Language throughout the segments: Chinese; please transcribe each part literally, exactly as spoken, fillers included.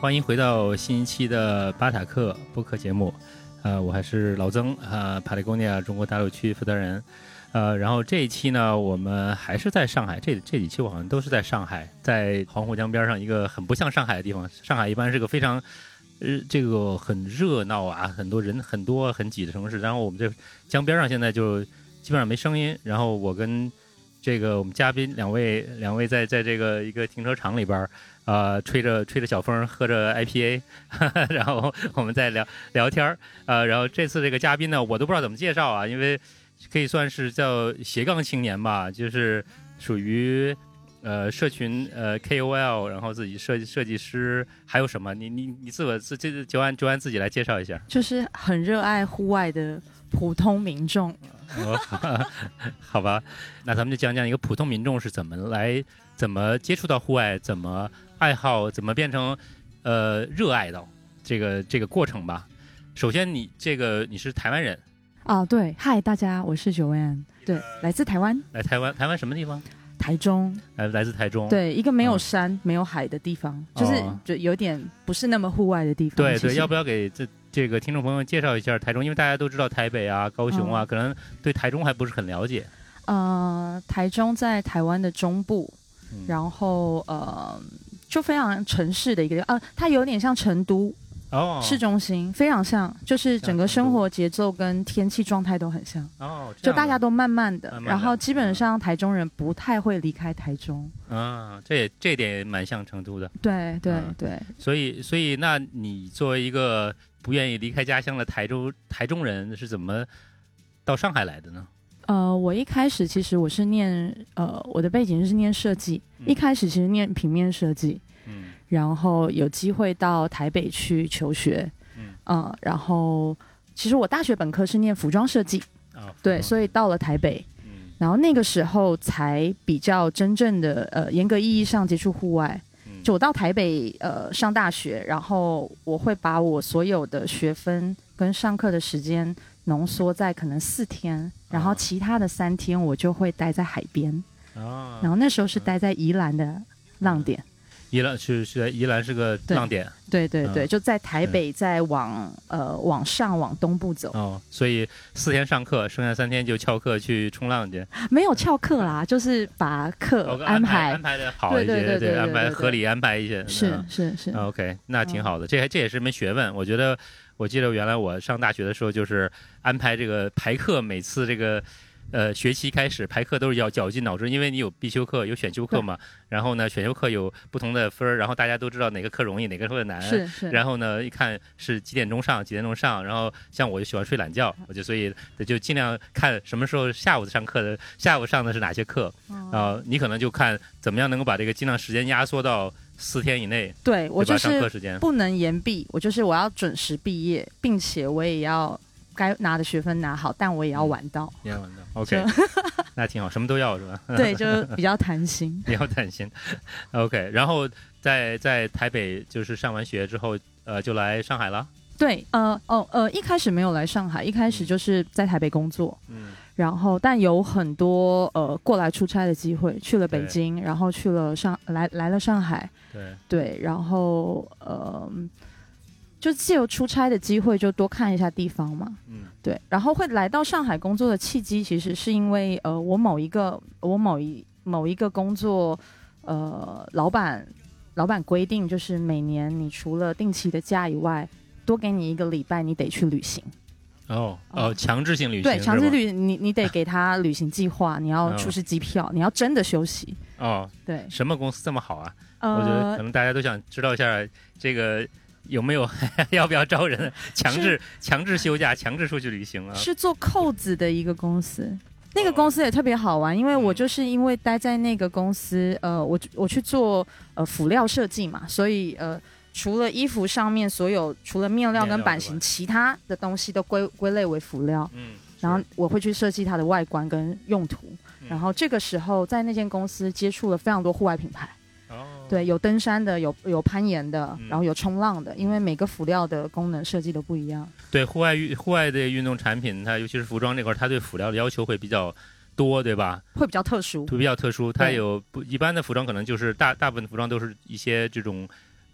欢迎回到新一期的巴塔克播客节目。呃，我还是老曾啊，帕雷贡尼亚中国大陆区负责人。呃，然后这一期呢，我们还是在上海，这这几期我好像都是在上海，在黄浦江边上一个很不像上海的地方。上海一般是个非常呃这个很热闹啊，很多人很多很挤的城市。然后我们这江边上现在就基本上没声音。然后我跟这个我们嘉宾两位两位在在这个一个停车场里边。呃，吹着吹着小风，喝着 I P A， 然后我们在聊聊天呃，然后这次这个嘉宾呢，我都不知道怎么介绍啊，因为可以算是叫斜杠青年吧，就是属于呃社群呃 K O L， 然后自己设计设计师，还有什么？你你你自我自这就按就按自己来介绍一下。 就是很热爱户外的普通民众。 哦、好吧，那咱们就讲讲一个普通民众是怎么来怎么接触到户外，怎么爱好，怎么变成呃热爱到这个这个过程吧。首先你这个你是台湾人啊？对，嗨，大家，我是 Joanne， 对，来自台湾。 来台湾，台湾什么地方？ 台中。 来来自台中， 对，一个没有山、嗯、没有海的地方，就是就有点不是那么户外的地方。 对对，要不要给这这个听众朋友介绍一下台中？因为大家都知道台北啊、高雄啊，嗯、可能对台中还不是很了解。 呃，台中在台湾的中部，嗯、然后呃，就非常城市的一个地方，呃，它有点像成都。哦，市中心非常像，就是整个生活节奏跟天气状态都很像。哦，就大家都慢慢的，慢慢的然后基本上台中人不太会离开台中。 啊，这也这点也蛮像成都的。 对对对。嗯、 所以所以，那你作为一个不愿意离开家乡的台州台中人，是怎么到上海来的呢？ 呃，我一开始其实我是念呃，我的背景是念设计，嗯、一开始其实念平面设计。嗯。然后有机会到台北去求学，嗯，呃、然后其实我大学本科是念服装设计，哦、对，所以到了台北，嗯，然后那个时候才比较真正的呃严格意义上接触户外。嗯、就我到台北呃上大学，然后我会把我所有的学分跟上课的时间浓缩在可能四天，然后其他的三天我就会待在海边，哦，然后那时候是待在宜兰的浪点。嗯宜兰是是在宜兰是个浪点， 对对 对, 对、嗯，就在台北，再往呃往上往东部走。 哦，所以四天上课，剩下三天就翘课去冲浪去。 没有翘课啦，就是把课安排、 哦、安排的好一些，对对 对, 对, 对, 对, 对, 对, 对, 对, 对, 对, 对, 对, 对, 对，安排合理安排一些。 是是是、 嗯、，OK， 那挺好的，这这也是门学问。我觉得，我记得原来我上大学的时候，就是安排这个排课，每次这个。呃，学期开始排课都是要绞尽脑汁，因为你有必修课，有选修课嘛。然后呢，选修课有不同的分，然后大家都知道哪个课容易，哪个课难。 是是。 然后呢，一看是几点钟上，几点钟上。然后像我就喜欢睡懒觉，我就所以就尽量看什么时候下午上课的，下午上的是哪些课。啊、呃，你可能就看怎么样能够把这个尽量时间压缩到四天以内。 对，我就是不能延毕，我就是我要准时毕业，并且我也要。该拿的学分拿好，但我也要玩到， 也要玩到 ，OK， 那挺好，什么都要是吧？ 对，就比较弹性， 比较弹性 ，OK。然后在在台北就是上完学之后，呃，就来上海了。 对，呃，哦，呃，一开始没有来上海，一开始就是在台北工作，嗯，然后但有很多呃过来出差的机会，去了北京，然后去了上来来了上海， 对对，然后呃。就借由出差的机会，就多看一下地方嘛。嗯，对。然后会来到上海工作的契机，其实是因为呃，我某一个我某一某一个工作，呃，老板老板规定，就是每年你除了定期的假以外，多给你一个礼拜，你得去旅行。 哦哦，强制性旅行。 对，强制旅你你得给他旅行计划，你要出示机票，你要真的休息。 哦， 对。 什么公司这么好啊？呃、我觉得可能大家都想知道一下这个。有没有要不要招人？强制强制休假，强制出去旅行啊？ 是做扣子的一个公司，那个公司也特别好玩，因为我就是因为待在那个公司，呃，我我去做呃辅料设计嘛，所以呃，除了衣服上面所有除了面料跟版型，其他的东西都归归类为辅料。嗯，然后我会去设计它的外观跟用途。嗯、然后这个时候在那间公司接触了非常多户外品牌。对，有登山的，有有攀岩的，然后有冲浪的，因为每个辅料的功能设计都不一样。 对，户外户外的运动产品，它尤其是服装这块，它对辅料的要求会比较多，对吧？ 会比较特殊， 会比较特殊。它有不一般的服装，可能就是大大部分服装都是一些这种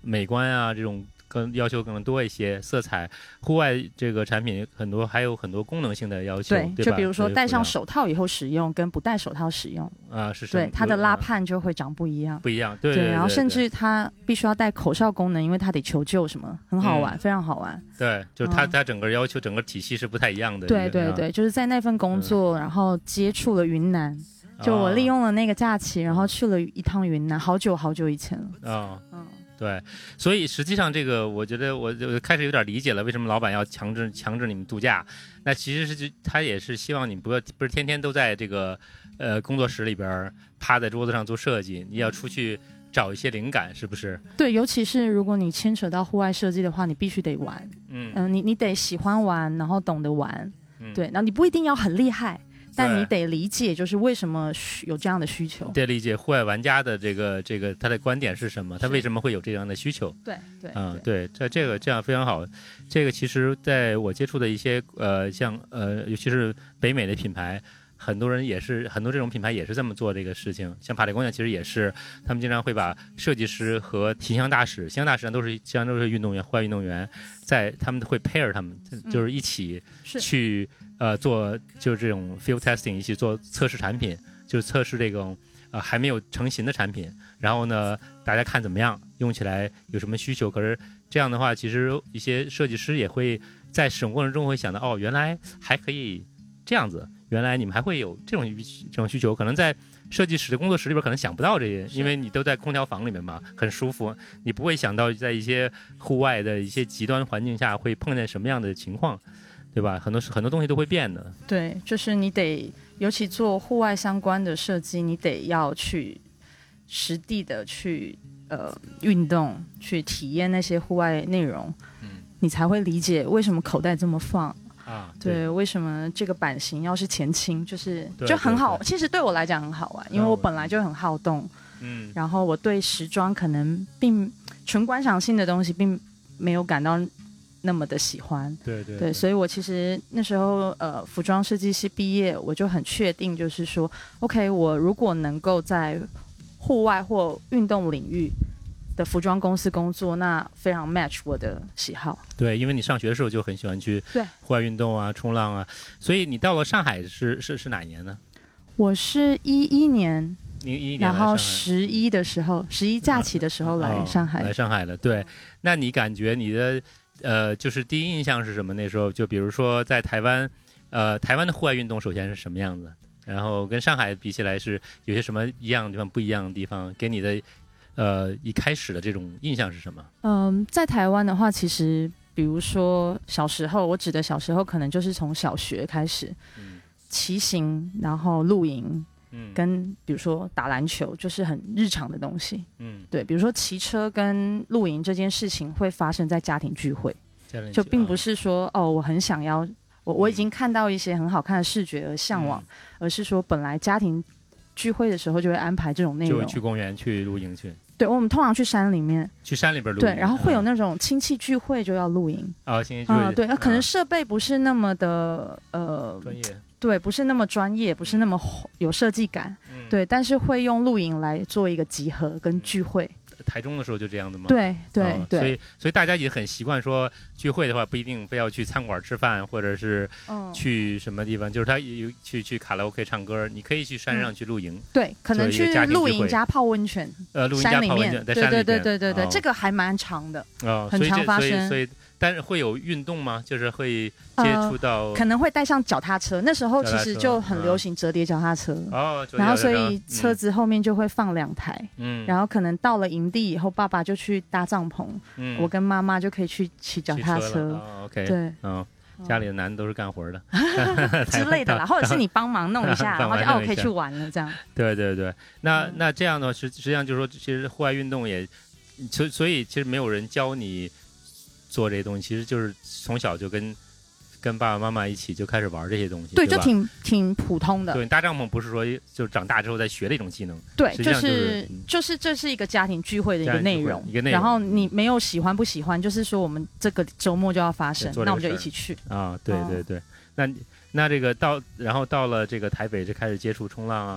美观啊这种更要求可能多一些，色彩，户外这个产品很多还有很多功能性的要求， 对， 对就比如说戴上手套以后使用跟不戴手套使用啊，是对它的拉判就会长不一样， 不一样，对 对, 对, 对, 对， 然后甚至它必须要带口哨功能，因为它得求救什么，很好玩，嗯、非常好玩。 对，就是它、嗯、它整个要求整个体系是不太一样的。 对对对，就是在那份工作，嗯、然后接触了云南。就我利用了那个假期，然后去了一趟云南，好久好久以前了。 哦、嗯，对，所以实际上这个，我觉得我就开始有点理解了，为什么老板要强制强制你们度假？那其实是他也是希望你不要不是天天都在这个呃工作室里边趴在桌子上做设计，你要出去找一些灵感，是不是？ 对，尤其是如果你牵扯到户外设计的话，你必须得玩。嗯嗯、呃，你你得喜欢玩，然后懂得玩。嗯、对，然后你不一定要很厉害。但你得理解，就是为什么有这样的需求。 得理解户外玩家的这个这个他的观点是什么，他为什么会有这样的需求。 对对， 嗯对，这这个这样非常好。这个其实在我接触的一些呃像呃尤其是北美的品牌，很多人也是很多这种品牌也是这么做这个事情。像帕雷宫呢，其实也是他们经常会把设计师和形象大使，形象大使都是实际上都是运动员，户外运动员，在他们会 pair 他们，就是一起去。嗯呃，做就是这种 field testing， 一起做测试产品，就是测试这种呃还没有成型的产品，然后呢，大家看怎么样，用起来有什么需求。可是这样的话，其实一些设计师也会在使用过程中会想到，哦，原来还可以这样子，原来你们还会有这种这种需求，可能在设计室的工作室里边可能想不到这些，因为你都在空调房里面嘛，很舒服，你不会想到在一些户外的一些极端环境下会碰见什么样的情况。对吧？很多很多东西都会变的。 对，就是你得，尤其做户外相关的设计，你得要去实地的去呃运动，去体验那些户外内容，嗯，你才会理解为什么口袋这么放啊。对，对，为什么这个版型要是前倾，就是就很好。其实对我来讲很好玩，因为我本来就很好动，嗯，然后我对时装可能并纯观赏性的东西并没有感到那么的喜欢， 对 对, 对, 对，所以我其实那时候呃服装设计系毕业，我就很确定，就是说 OK， 我如果能够在户外或运动领域的服装公司工作，那非常 match 我的喜好。 对，因为你上学的时候就很喜欢去户外运动啊，冲浪啊，所以你到了上海是是是哪一年呢？ 我是一一年。 一一年， 然后十一的时候，十一假期的时候来上海， 哦、来上海了。对，那你感觉你的呃，就是第一印象是什么？那时候就比如说在台湾，呃，台湾的户外运动首先是什么样子？然后跟上海比起来是有些什么一样的地方、不一样的地方？给你的呃一开始的这种印象是什么？ 嗯，在台湾的话，其实比如说小时候，我指的小时候可能就是从小学开始，嗯、骑行，然后露营。嗯，跟比如说打篮球就是很日常的东西，嗯，对，比如说骑车跟露营这件事情会发生在家庭聚会，就并不是说哦我很想要我我已经看到一些很好看的视觉而向往，嗯、而是说本来家庭聚会的时候就会安排这种内容， 就会去公园去露营去。 对，我们通常去山里面， 去山里边露营， 对，然后会有那种亲戚聚会就要露营啊，亲戚聚会， 嗯，对，那可能设备不是那么的呃专业。 对，不是那么专业，不是那么有设计感，嗯、对，但是会用露营来做一个集合跟聚会。 台中的时候就这样的吗？ 对对、哦、对， 所以所以大家也很习惯说聚会的话不一定非要去餐馆吃饭，或者是去什么地方，嗯、就是他有去去卡拉 OK 唱歌，你可以去山上去露营，嗯、 对，可能去露营加泡温泉， 呃，露营加泡温泉，在山里面， 对对对对对， 哦、 这个还蛮长的， 哦， 很常发生， 所以所以。但是会有运动吗？就是会接触到、呃， 可能会带上脚踏车。那时候其实就很流行折叠脚踏车， 哦， 然后所以车子后面就会放两台，嗯，然后可能到了营地以后，爸爸就去搭帐篷，嗯，我跟妈妈就可以去骑脚踏车， 车哦、OK， 对，嗯，家里的男的都是干活的之类的啦，或者是你帮忙弄一下，然后就哦可以去玩了这样。 对对对，那、嗯、那这样的话，实实际上就是说，其实户外运动也，所所以其实没有人教你。做这些东西其实就是从小就跟跟爸爸妈妈一起就开始玩这些东西， 对， 对就挺挺普通的。 对，搭帐篷不是说就长大之后再学的一种技能， 对， 就是、就是、就是这是一个家庭聚会的一个内容， 一个内容。 然后你没有喜欢不喜欢，就是说我们这个周末就要发生，那我们就一起去啊。对对对，哦、那那这个到然后到了这个台北就开始接触冲浪啊， 对。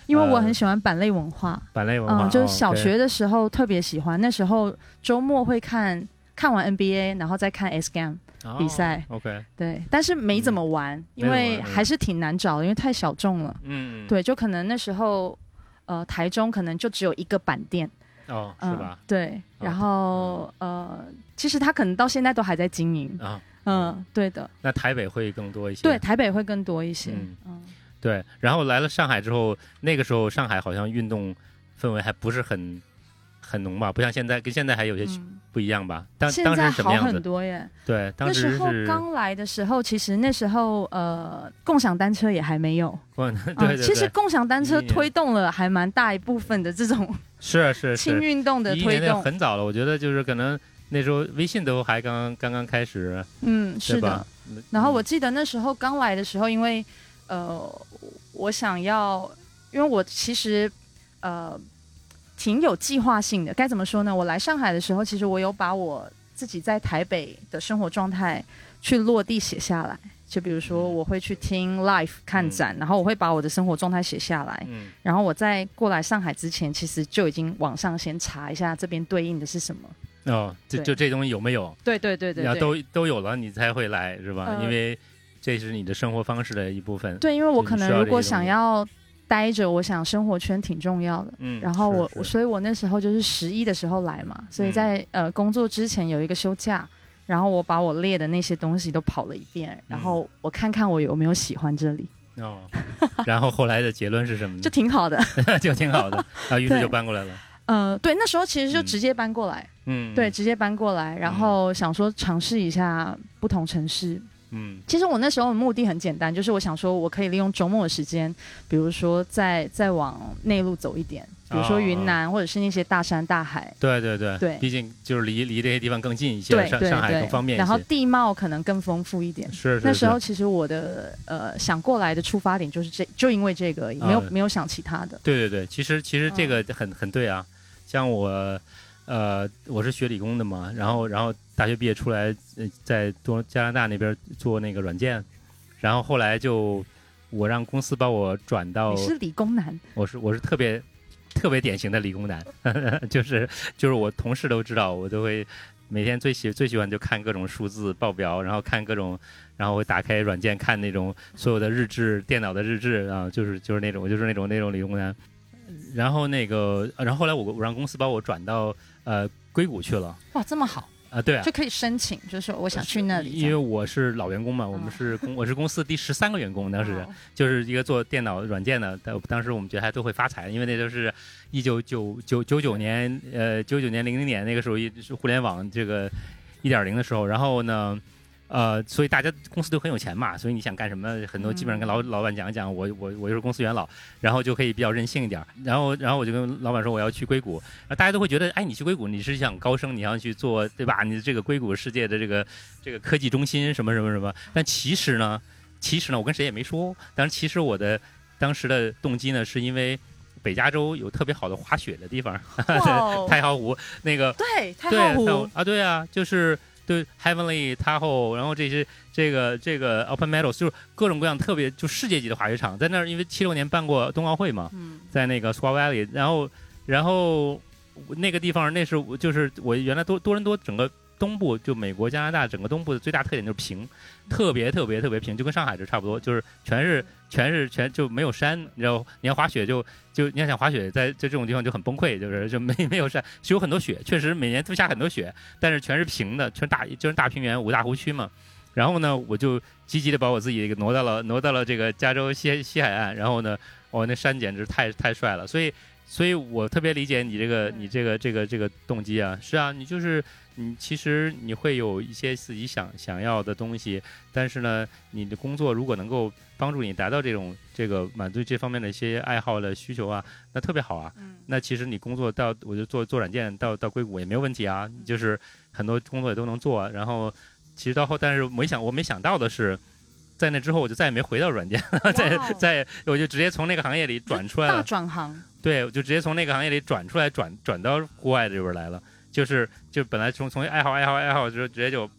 因为我很喜欢板类文化， 板类文化， 嗯，就是小哦学的时候特别喜欢，那时候周末会看看完 N B A， 然后再看 X Game 比赛、 哦、，OK， 对，但是没怎么玩、嗯，因为还是挺难找的，因为太小众了， 嗯， 对，就可能那时候呃台中可能就只有一个板店。 哦，是吧？ 嗯、对，然后、嗯、呃，其实他可能到现在都还在经营啊，嗯，对的。 那台北会更多一些？ 对，台北会更多一些。 嗯， 嗯对。然后来了上海之后，那个时候上海好像运动氛围还不是很很浓吧？不像现在，跟现在还有些不一样吧？嗯、当当时是什么样子？ 现在好很多耶。 对，当时那时候刚来的时候，其实那时候呃，共享单车也还没有。 对对 对, 对、 嗯。其实共享单车推动了还蛮大一部分的这种。 是是轻运动的推动很早了，我觉得就是可能那时候微信都还刚刚刚开始， 嗯，是的。然后我记得那时候刚来的时候，因为呃，我想要，因为我其实呃挺有计划性的，该怎么说呢？我来上海的时候，其实我有把我自己在台北的生活状态去落地写下来。就比如说我会去听 live 看展、嗯、然后我会把我的生活状态写下来、嗯、然后我在过来上海之前其实就已经网上先查一下这边对应的是什么哦，就就这东西有没有， 对对对对对， 都都有了你才会来是吧、呃、因为这是你的生活方式的一部分。 对，因为我可能如果想要待着，我想生活圈挺重要的，嗯，然后我所以我那时候就是十一的时候来嘛，所以在、嗯、呃工作之前有一个休假，然后我把我列的那些东西都跑了一遍，然后我看看我有没有喜欢这里。 哦，然后后来的结论是什么呢？ 就挺好的， 就挺好的，啊，于是就搬过来了。 呃，对，那时候其实就直接搬过来，嗯，对，直接搬过来，然后想说尝试一下不同城市。嗯，其实我那时候的目的很简单，就是我想说我可以利用周末的时间，比如说再再往内陆走一点。比如说云南、哦、或者是那些大山大海， 对对对对，毕竟就是离离这些地方更近一些，上上海更方便一些， 然后地貌可能更丰富一点。 是是是。 那时候其实我的呃想过来的出发点就是这，就因为这个而已，没有、哦、没有想其他的。 对对对，其实其实这个很、嗯、很对啊。像我呃我是学理工的嘛，然后然后大学毕业出来，呃、在多加拿大那边做那个软件，然后后来就我让公司把我转到。 你是理工男？ 我是我是特别。特别典型的理工男，呵呵就是就是我同事都知道，我都会每天最喜最喜欢就看各种数字报表，然后看各种，然后会打开软件看那种所有的日志，电脑的日志啊，就是就是那种我就是那种那种理工男。然后那个，然后后来我我让公司把我转到呃硅谷去了。 哇，这么好。 啊，对啊， 就可以申请，就是我想去那里。 因为我是老员工嘛，我们是公，我是公司第十三个员工，当时就是一个做电脑软件的，当时我们觉得还都会发财，因为那就是一九九九九九年，呃，九九年零零年那个时候是互联网这个一点零的时候，然后呢。呃，所以大家公司都很有钱嘛，所以你想干什么，很多基本上跟老老板讲一讲，我我我就是公司元老，然后就可以比较任性一点。然后然后我就跟老板说我要去硅谷，然后大家都会觉得，哎，你去硅谷你是想高升，你要去做对吧？你这个硅谷世界的这个这个科技中心什么什么什么。但其实呢，其实呢，我跟谁也没说。但是其实我的当时的动机呢，是因为北加州有特别好的滑雪的地方，太浩湖那个对太浩湖啊，对啊，就是。对 ，Heavenly Tahoe， 然后这些这个这个 Open Meadows 就是各种各样特别就世界级的滑雪场，在那儿因为七六年办过冬奥会嘛，嗯、在那个 Squaw Valley， 然后然后那个地方那是就是我原来多多伦多整个东部就美国加拿大整个东部的最大特点就是平，特别特别特别平，就跟上海这差不多，就是全是全是全就没有山，你知道你要滑雪就就你要想滑雪在在这种地方就很崩溃，就是就没没有山，是有很多雪，确实每年都下很多雪，但是全是平的，全大就是大平原五大湖区嘛。然后呢，我就积极的把我自己给挪到了挪到了这个加州西西海岸，然后呢，哦那山简直太太帅了，所以所以我特别理解你这个你这个这个这个动机啊，是啊，你就是你其实你会有一些自己想想要的东西，但是呢，你的工作如果能够帮助你达到这种这个满足这方面的一些爱好的需求啊，那特别好啊。嗯、那其实你工作到我就做做软件到到硅谷也没有问题啊，就是很多工作也都能做。然后其实到后，但是没想我没想到的是，在那之后我就再也没回到软件，再再我就直接从那个行业里转出来了， 大转行。 对，我就直接从那个行业里转出来，转转到户外这边来了。就是就本来从从爱好爱好爱好就直接就嘣儿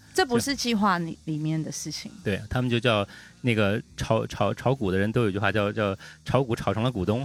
这不是计划里里面的事情。 对他们就叫那个炒炒炒股的人都有一句话叫叫炒股炒成了股东，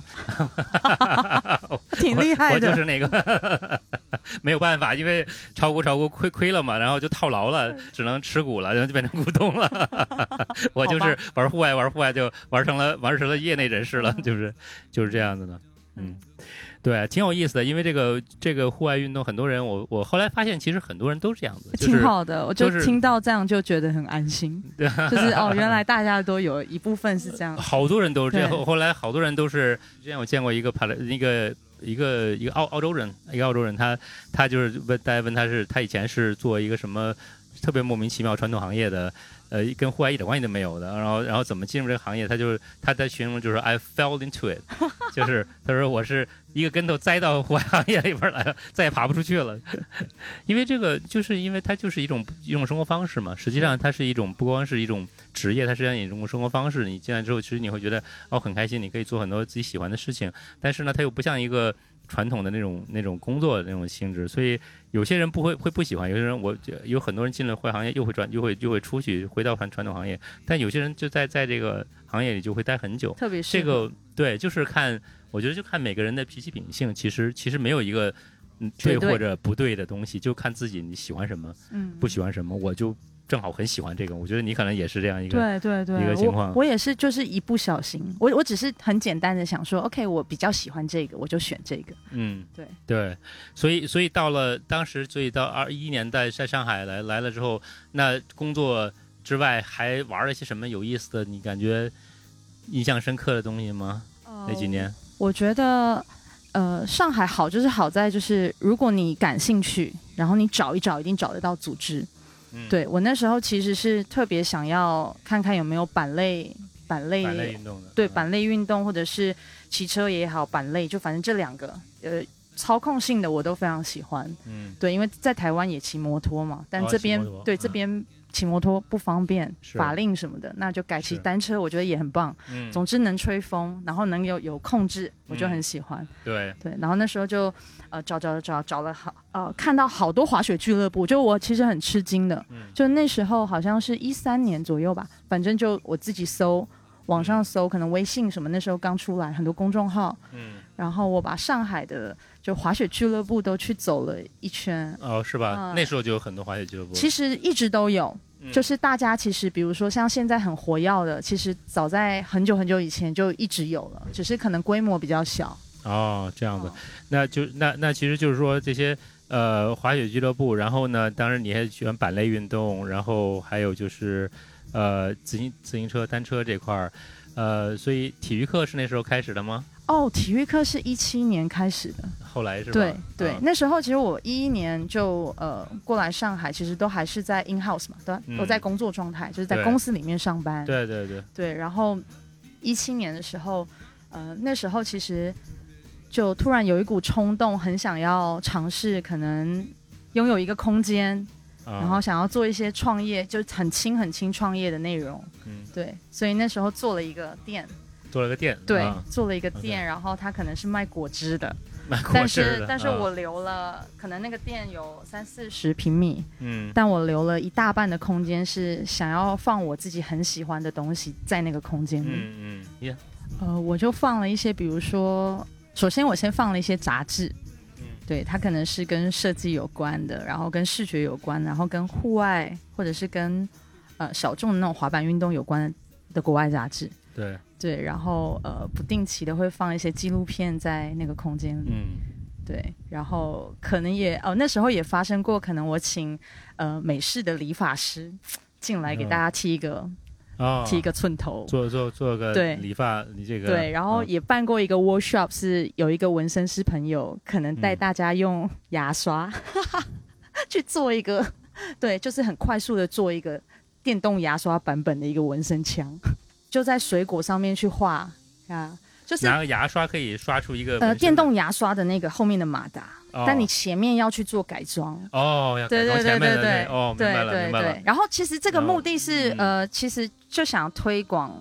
挺厉害的。 我, 我就是那个没有办法，因为炒股炒股亏亏了嘛，然后就套牢了，只能持股了，然后就变成股东了。我就是玩户外玩户外就玩成了玩成了业内人士了，就是就是这样子的。嗯，对，挺有意思的，因为这个这个户外运动，很多人我我后来发现，其实很多人都这样子，就是、 挺好的，我就听到这样就觉得很安心，对、就是，就是哦，原来大家都有一部分是这样， 好多人都是这样，后来好多人都是，之前我见过一个跑了那个一个一个澳澳洲人，一个澳洲人，他他就是问大家问他是他以前是做一个什么特别莫名其妙传统行业的。呃，跟户外一点关系都没有的，然后，然后怎么进入这个行业？他就是他在形容就是 I fell into it， 就是他说我是一个跟头栽到户外行业里边来了，再也爬不出去了。因为这个，就是因为它就是一种一种生活方式嘛。实际上，它是一种不光是一种职业，它实际上也一种生活方式。你进来之后，其实你会觉得哦很开心，你可以做很多自己喜欢的事情。但是呢，它又不像一个传统的那种那种工作的那种性质，所以有些人不会会不喜欢，有些人我有很多人进了户外行业又会转又会又会出去回到传传统行业，但有些人就在在这个行业里就会待很久。 特别是这个对，就是看我觉得就看每个人的脾气秉性，其实其实没有一个嗯对或者不对的东西，就看自己你喜欢什么，嗯，不喜欢什么，我就。正好很喜欢这个，我觉得你可能也是这样一个对对对一个情况。 我, 我也是，就是一不小心，我我只是很简单的想说 ，OK， 我比较喜欢这个，我就选这个。嗯，对对，所以所以到了当时，所以到二一年在在上海来来了之后，那工作之外还玩了一些什么有意思的？你感觉印象深刻的东西吗？呃、那几年， 我觉得呃，上海好就是好在就是如果你感兴趣，然后你找一找，一定找得到组织。对，我那时候其实是特别想要看看有没有板类板类板类运动的， 对，板类运动或者是骑车也好，板类就反正这两个呃操控性的我都非常喜欢。嗯，对，因为在台湾也骑摩托嘛，但这边、哦、对、嗯、这边骑摩托不方便，法令什么的，那就改骑单车，我觉得也很棒。嗯，总之能吹风，然后能有有控制，我就很喜欢。嗯、 对对，然后那时候就呃找找找找了好呃看到好多滑雪俱乐部，就我其实很吃惊的，嗯、就那时候好像是一三年左右吧，反正就我自己搜网上搜，可能微信什么那时候刚出来，很多公众号，嗯，然后我把上海的就滑雪俱乐部都去走了一圈。 哦，是吧？呃、那时候就有很多滑雪俱乐部。 其实一直都有。就是大家其实比如说像现在很活跃的，其实早在很久很久以前就一直有了，只是可能规模比较小。 哦，这样子。哦、那就那那其实就是说这些呃滑雪俱乐部，然后呢当然你还喜欢板类运动，然后还有就是呃自行自行车单车这块儿，呃所以体育课是那时候开始的吗？ 哦，体育课是一七年开始的， 后来是吧？ 对对、 啊， 那时候其实我一一年就呃过来上海，其实都还是在 in house 嘛，对、嗯，都在工作状态，就是在公司里面上班。 对对对对，然后一七年的时候，呃那时候其实就突然有一股冲动，很想要尝试，可能拥有一个空间，啊、然后想要做一些创业，就很轻很轻创业的内容。嗯，对，所以那时候做了一个店。 做了个店， 对、 啊， 做了一个店， okay. 然后他可能是卖果汁的， 卖果汁的， 但是但是我留了、啊，可能那个店有三四十平米，嗯，但我留了一大半的空间是想要放我自己很喜欢的东西在那个空间里， 嗯嗯 ，yeah. 呃，我就放了一些，比如说，首先我先放了一些杂志，嗯，对，它可能是跟设计有关的，然后跟视觉有关，然后跟户外或者是跟呃小众的那种滑板运动有关的国外杂志， 对。 对，然后呃不定期的会放一些纪录片在那个空间里，嗯，对，然后可能也哦那时候也发生过，可能我请呃美式的理发师进来给大家剃一个，哦，剃一个寸头， 做做做个理发，你这个对，然后也办过一个 workshop， 是有一个纹身师朋友可能带大家用牙刷、嗯、去做一个，对，就是很快速的做一个电动牙刷版本的一个纹身枪。就在水果上面去画啊，就是拿个牙刷可以刷出一个呃电动牙刷的那个后面的马达，哦、但你前面要去做改装哦，要改装前面的，对对对对对，哦，明白了对对对明白了。 然后其实这个目的是、哦、呃，其实就想推广，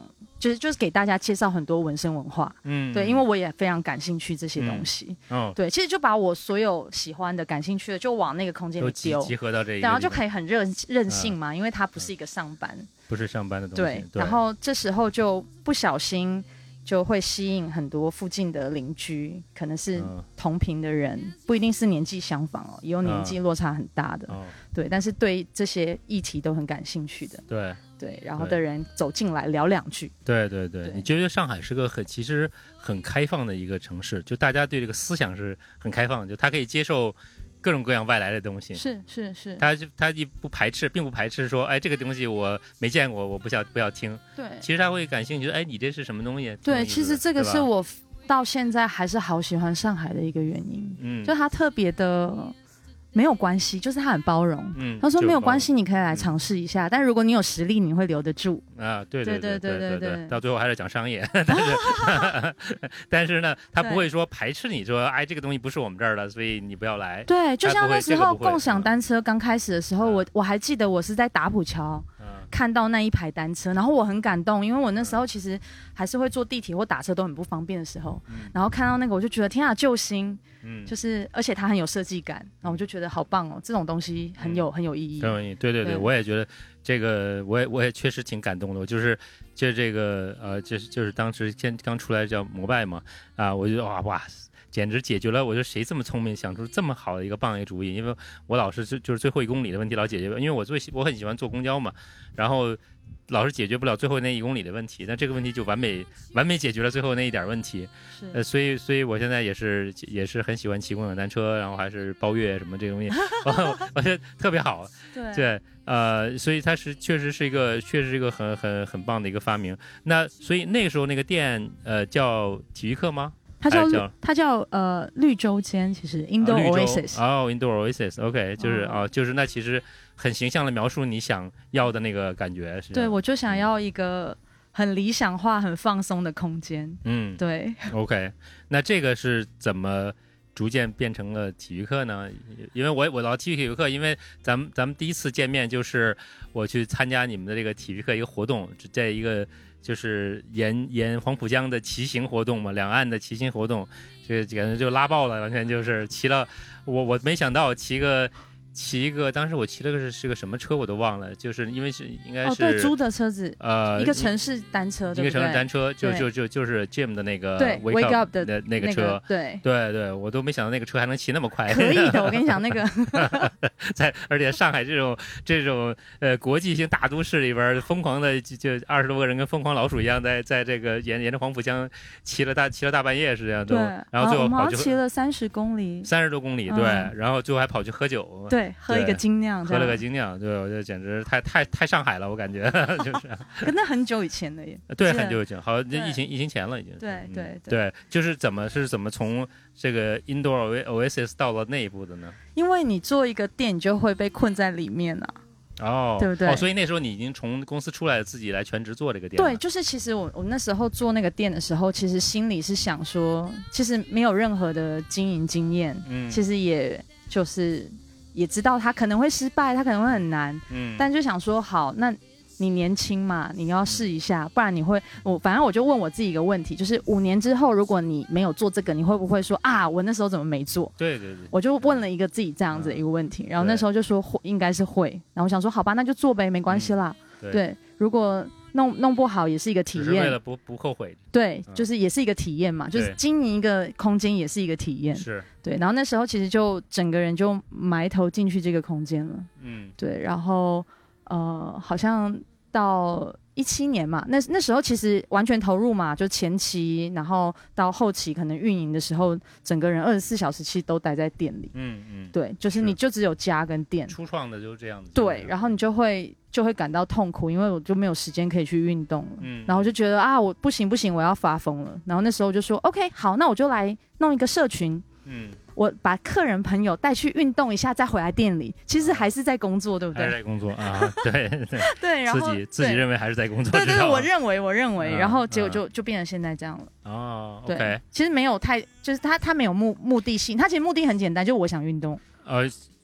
就是就是给大家介绍很多纹身文化，嗯，对，因为我也非常感兴趣这些东西，嗯，哦，对，其实就把我所有喜欢的、感兴趣的，就往那个空间里丢， 集合到这一个， 然后就可以很任任性嘛，嗯，因为它不是一个上班， 不是上班的东西， 对，对，然后这时候就不小心。就会吸引很多附近的邻居，可能是同频的人，嗯，不一定是年纪相仿哦，也有年纪落差很大的，嗯，对，但是对这些议题都很感兴趣的， 对对，然后的人走进来聊两句， 对对 对, 对，你觉得上海是个很其实很开放的一个城市，就大家对这个思想是很开放的，就他可以接受各种各样外来的东西， 是是是， 他就他一不排斥，并不排斥说，哎，这个东西我没见过，我不想不要听。 对， 其实他会感兴趣，哎，你这是什么东西？ 对，其实这个是我到现在还是好喜欢上海的一个原因，嗯，就他特别的。没有关系，就是他很包容。嗯，他说没有关系，你可以来尝试一下，嗯，但如果你有实力，你会留得住。 啊，对对对对对 对, 对， 到最后还是讲商业，但是但是呢，他不会说排斥你说，哎，这个东西不是我们这儿的，所以你不要来。 对，就像那时候共享单车刚开始的时候，我我还记得我是在打浦桥。看到那一排单车，然后我很感动，因为我那时候其实还是会坐地铁或打车都很不方便的时候，嗯，然后看到那个我就觉得天啊，救星，嗯，就是而且它很有设计感，然后我就觉得好棒哦，这种东西很有，嗯，很有意义， 很有意义，对对 对, 对，我也觉得这个我也我也确实挺感动的，我就是就这个呃就是就是当时先刚出来叫摩拜嘛，啊，我就哇哇。简直解决了，我说谁这么聪明想出这么好的一个棒一个主意？因为我老是就就是最后一公里的问题老解决，因为我最我很喜欢坐公交嘛，然后老是解决不了最后那一公里的问题，但这个问题就完美完美解决了最后那一点问题。是，呃，所以所以我现在也是也是很喜欢骑共享单车，然后还是包月什么这个东西，我我觉得特别好。 对对，呃，所以它是确实是一个确实是一个很很很棒的一个发明。那所以那个时候那个店呃叫体育课吗？ 它叫它叫呃绿洲间，其实 Indoor Oasis 哦 Indoor Oasis OK 就是啊、哦、就是那其实很形象的描述你想要的那个感觉是。 对，我就想要一个很理想化、很放松的空间。嗯，对。 OK， 那这个是怎么逐渐变成了体育课呢？因为我我老体育课，因为咱们咱们第一次见面就是我去参加你们的这个体育课一个活动，在一个。就是沿沿黄浦江的骑行活动嘛，两岸的骑行活动，这简直就拉爆了，完全就是骑了，我我没想到骑个骑一个，当时我骑了个是是个什么车我都忘了，就是因为是应该是、哦、 对租的车子， 呃， 一个城市单车，对不对？ 一个城市单车，就就就就是 Jim 的那个对 Wake Up 的的那个车， 那个、对对对，我都没想到那个车还能骑那么快。 可以的，我跟你讲那个， 在而且上海这种这种呃国际性大都市里边，疯狂的就二十多个人跟疯狂老鼠一样，在在这个沿沿着黄浦江骑了大骑了大半夜是这样都，然后最后跑去骑了三十公里， 三十多公里，对、嗯，然后最后还跑去喝酒， 对。喝一个精酿， 喝了个精酿，对，我觉得简直太太太上海了，我感觉就是。 可那很久以前了耶。 对，很久以前，好，疫情疫情前了已经。 对对 对, 对，就是怎么是怎么从这个 Indoor Oasis 到了那一步的呢？ 因为你做一个店，你就会被困在里面啊。 哦， 对不对？ 哦，所以那时候你已经从公司出来，自己来全职做这个店了。 对，就是其实我我那时候做那个店的时候，其实心里是想说，其实没有任何的经营经验，嗯，其实也就是。也知道他可能会失败，他可能会很难，嗯，但就想说好，那你年轻嘛，你要试一下，不然你会，我反正我就问我自己一个问题，就是五年之后，如果你没有做这个，你会不会说啊，我那时候怎么没做？ 对对对， 我就问了一个自己这样子的一个问题，然后那时候就说会，应该是会，然后我想说好吧，那就做呗，没关系啦，嗯、对, 对，如果。弄弄不好也是一个体验， 只是为了不不后悔。 对、嗯，就是也是一个体验嘛，就是经营一个空间也是一个体验。 是， 对。然后那时候其实就整个人就埋头进去这个空间了。嗯，对。然后呃，好像到一七年嘛，那那时候其实完全投入嘛，就前期，然后到后期可能运营的时候，整个人二十四小时其实都待在店里。嗯嗯，对，就是你就只有家跟店。 初创的就是这样子。 对，然后你就会。就会感到痛苦，因为我就没有时间可以去运动了。嗯，然后我就觉得啊，我不行不行，我要发疯了。然后那时候我就说 ，OK， 好，那我就来弄一个社群。嗯，我把客人朋友带去运动一下，再回来店里。其实还是在工作，对不对？ 还是在工作啊，对对对，然后自己自己认为还是在工作。 对对对，我认为我认为，然后结果就就变成现在这样了。 哦 ，OK， 对， 其实没有太，就是他他没有目目的性，他其实目的很简单，就是我想运动。 呃。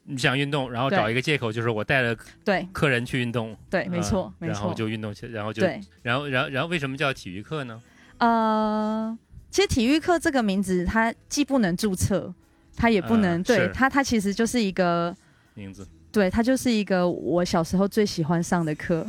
你想运动，然后找一个借口，就是我带着对客人去运动， 对，没错、呃、没错， 然后就运动去，然后就对， 然后然后然后为什么叫体育课呢？ 呃，其实体育课这个名字，它既不能注册，它也不能、呃、对它，它其实就是一个名字， 对，它就是一个我小时候最喜欢上的课。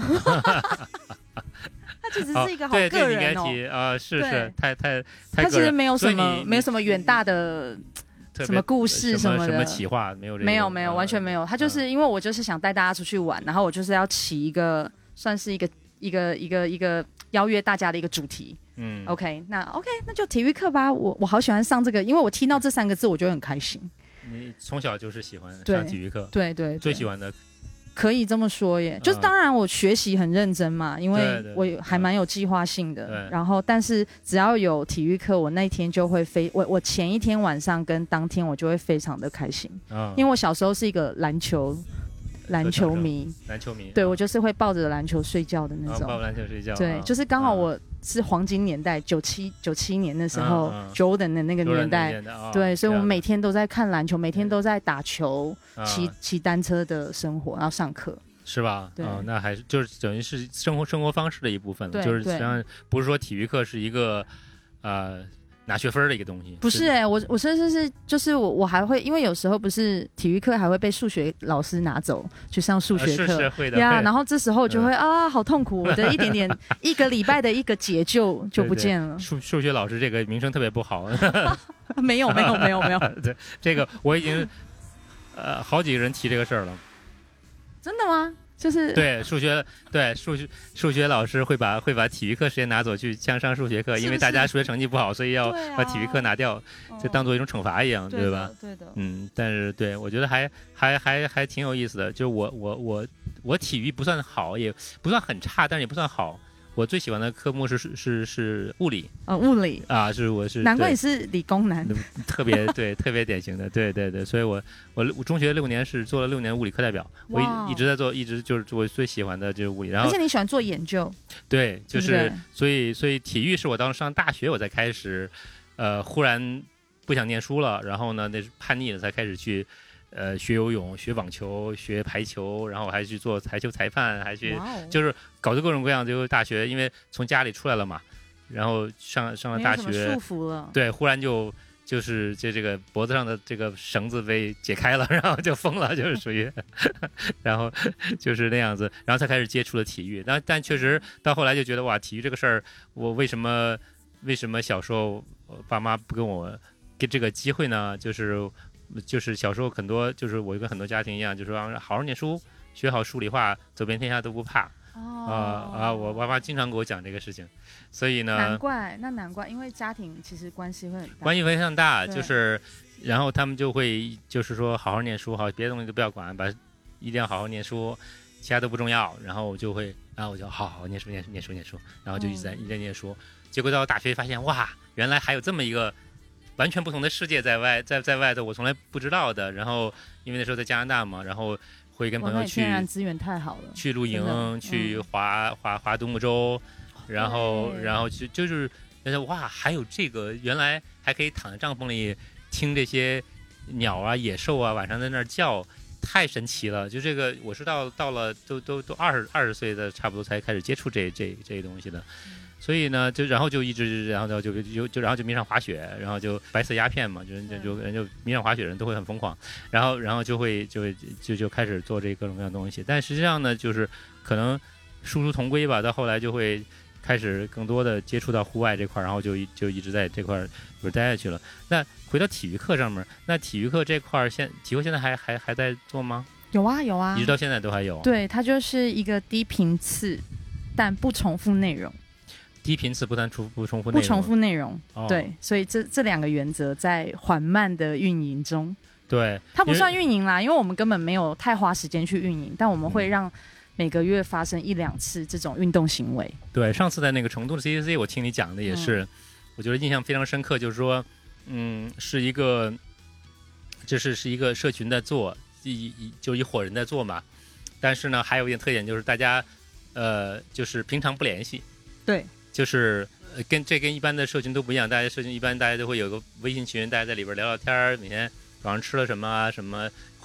它其实是一个好个人哦， 对，啊、呃，是是，太太太， 它其实没有什么没有什么远大的。什么故事什么的， 什么企划没有、这个？ 没有没有，完全没有。他就是因为我就是想带大家出去玩，然后我就是要起一个算是一个一个一个一个邀约大家的一个主题。嗯 ，OK， 那 OK， 那就体育课吧。我我好喜欢上这个，因为我听到这三个字我就很开心。 你从小就是喜欢上体育课， 对 对, 对， 最喜欢的。 可以这么说耶，就是当然我学习很认真嘛，因为我还蛮有计划性的。然后，但是只要有体育课，我那天就会非我我前一天晚上跟当天我就会非常的开心，因为我小时候是一个篮球篮球迷， 篮球迷， 对我就是会抱着篮球睡觉的那种， 抱着篮球睡觉， 对，就是刚好我是黄金年代，九七九七年的时候 ，Jordan 的那个年代，对，所以我们每天都在看篮球，每天都在打球，骑骑单车的生活，然后上课。 是吧？对、哦，那还是就是等于是生活生活方式的一部分了，就是实际上不是说体育课是一个呃拿学分的一个东西。 不是哎、欸，我我甚至是就是我我还会，因为有时候不是体育课还会被数学老师拿走去上数学课， 呃、是是会的呀，然后这时候就会、嗯、啊好痛苦，我的一点点一个礼拜的一个节就就不见了。 数数学老师这个名声特别不好。 没有没有没有没有， 对，这个我已经呃好几个人提这个事儿了。 真的吗？就是对数学，对数学数学老师会把会把体育课时间拿走去枪上数学课，是是因为大家数学成绩不好，所以要把体育课拿掉，啊、就当做一种惩罚一样， 哦、 对吧？ 对的。 嗯，但是对我觉得还还还还挺有意思的，就是我我我我体育不算好，也不算很差，但是也不算好。我最喜欢的科目是是是是物理， 呃、哦，物理啊，是我是难怪你是理工男， 特别对，特别典型的，对对对，所以我我中学六年是做了六年物理课代表，我一一直在做，一直就是我最喜欢的就是物理，然后而且你喜欢做研究， 对，就是对对所以所以体育是我当时上大学我才开始，呃，忽然不想念书了，然后呢，那是叛逆了才开始去。呃，学游泳、学网球、学排球，然后我还去做排球裁判，还去、wow. 就是搞得各种各样。就大学，因为从家里出来了嘛，然后上上了大学， 没有什么束缚了。 对，忽然就就是这这个脖子上的这个绳子被解开了，然后就疯了，就是属于，然后就是那样子，然后才开始接触了体育。但但确实到后来就觉得哇，体育这个事儿，我为什么为什么小时候爸妈不跟我给这个机会呢？就是。就是小时候很多，就是我跟很多家庭一样，就是说好好念书，学好数理化，走遍天下都不怕。哦、呃、啊！我妈妈经常给我讲这个事情，所以呢， 难怪那难怪，因为家庭其实关系会很大， 关系非常大，就是然后他们就会就是说好好念书，好别的东西都不要管，把一定要好好念书，其他都不重要。然后我就会，然后我就好好念书念书念书念书，然后就一直在、嗯、一直在念书。结果到大学发现，哇，原来还有这么一个。完全不同的世界在外，在在外头我从来不知道的。然后因为那时候在加拿大嘛，然后会跟朋友去， 天然资源太好了， 去露营，去划、嗯、划划独木舟，然后然后就就是觉得哇，还有这个，原来还可以躺在帐篷里听这些鸟啊、野兽啊晚上在那儿叫，太神奇了。就这个，我是到到了都都都二十二十岁的差不多才开始接触这这这些东西的。所以呢，就然后就一直，然后就就就就然后就迷上滑雪，然后就白色鸦片嘛，就人家就人就迷上滑雪人都会很疯狂，然后然后就会就就就开始做这各种各样的东西。但实际上呢，就是可能殊途同归吧。到后来就会开始更多的接触到户外这块，然后就就一直在这块不是待下去了。那回到体育课上面，那体育课这块现体育现在还还还在做吗？ 有啊有啊， 一直到现在都还有。 对，它就是一个低频次，但不重复内容。 低频次不但重不重复内容， 不重复内容、 哦、 对，所以这这两个原则在缓慢的运营中。 对， 它不算运营啦，因为我们根本没有太花时间去运营，但我们会让每个月发生一两次这种运动行为。 对，上次在那个成都的 C C C 我听你讲的也是、嗯、我觉得印象非常深刻，就是说嗯，是一个这是是一个社群在做，一就一伙人在做嘛，但是呢还有一点特点就是大家呃就是平常不联系。 对， 就是跟这跟一般的社群都不一样，大家社群一般大家都会有个微信群，大家在里边聊聊天，每天早上吃了什么啊，什么会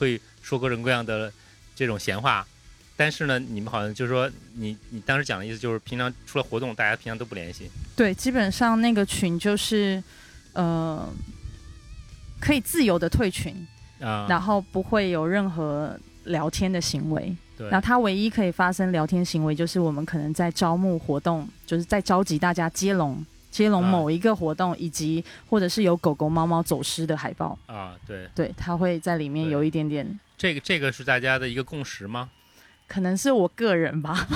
说各种各样的这种闲话。但是呢，你们好像就是说你你当时讲的意思就是平常除了活动，大家平常都不联系。 对，基本上那个群就是呃可以自由的退群啊，然后不会有任何聊天的行为。 对， 然后它唯一可以发生聊天行为就是我们可能在招募活动，就是在召集大家接龙接龙某一个活动，啊、以及或者是有狗狗猫猫走失的海报啊，对对， 它会在里面有一点点。 这个这个是大家的一个共识吗？ 可能是我个人吧。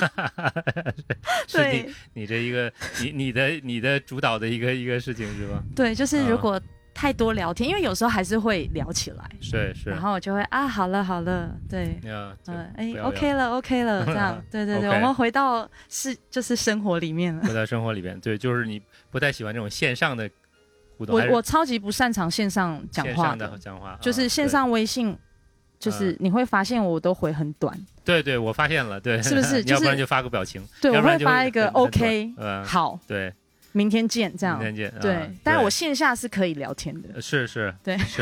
是你你这一个你你的你的主导的一个一个事情是吧？ 对，就是如果太多聊天，啊、因为有时候还是会聊起来， 是是， 然后我就会啊，好了好了，对， 嗯， 哎、呃、，OK 了 OK 了，这样，对对对， okay. 我们回到是就是生活里面了， 回到生活里面，对，就是你不太喜欢这种线上的互动， 我我超级不擅长线上讲话的， 线上的讲话， 就是线上微信。啊就是你会发现我都回很短， 对对，我发现了，对， 是不是？ 要不然就发个表情， 对， 我会发一个 OK， 嗯， 好， 对， 明天见，这样， 明天见， 对。 啊、 但是我线下是可以聊天的， 是是， 对， 是。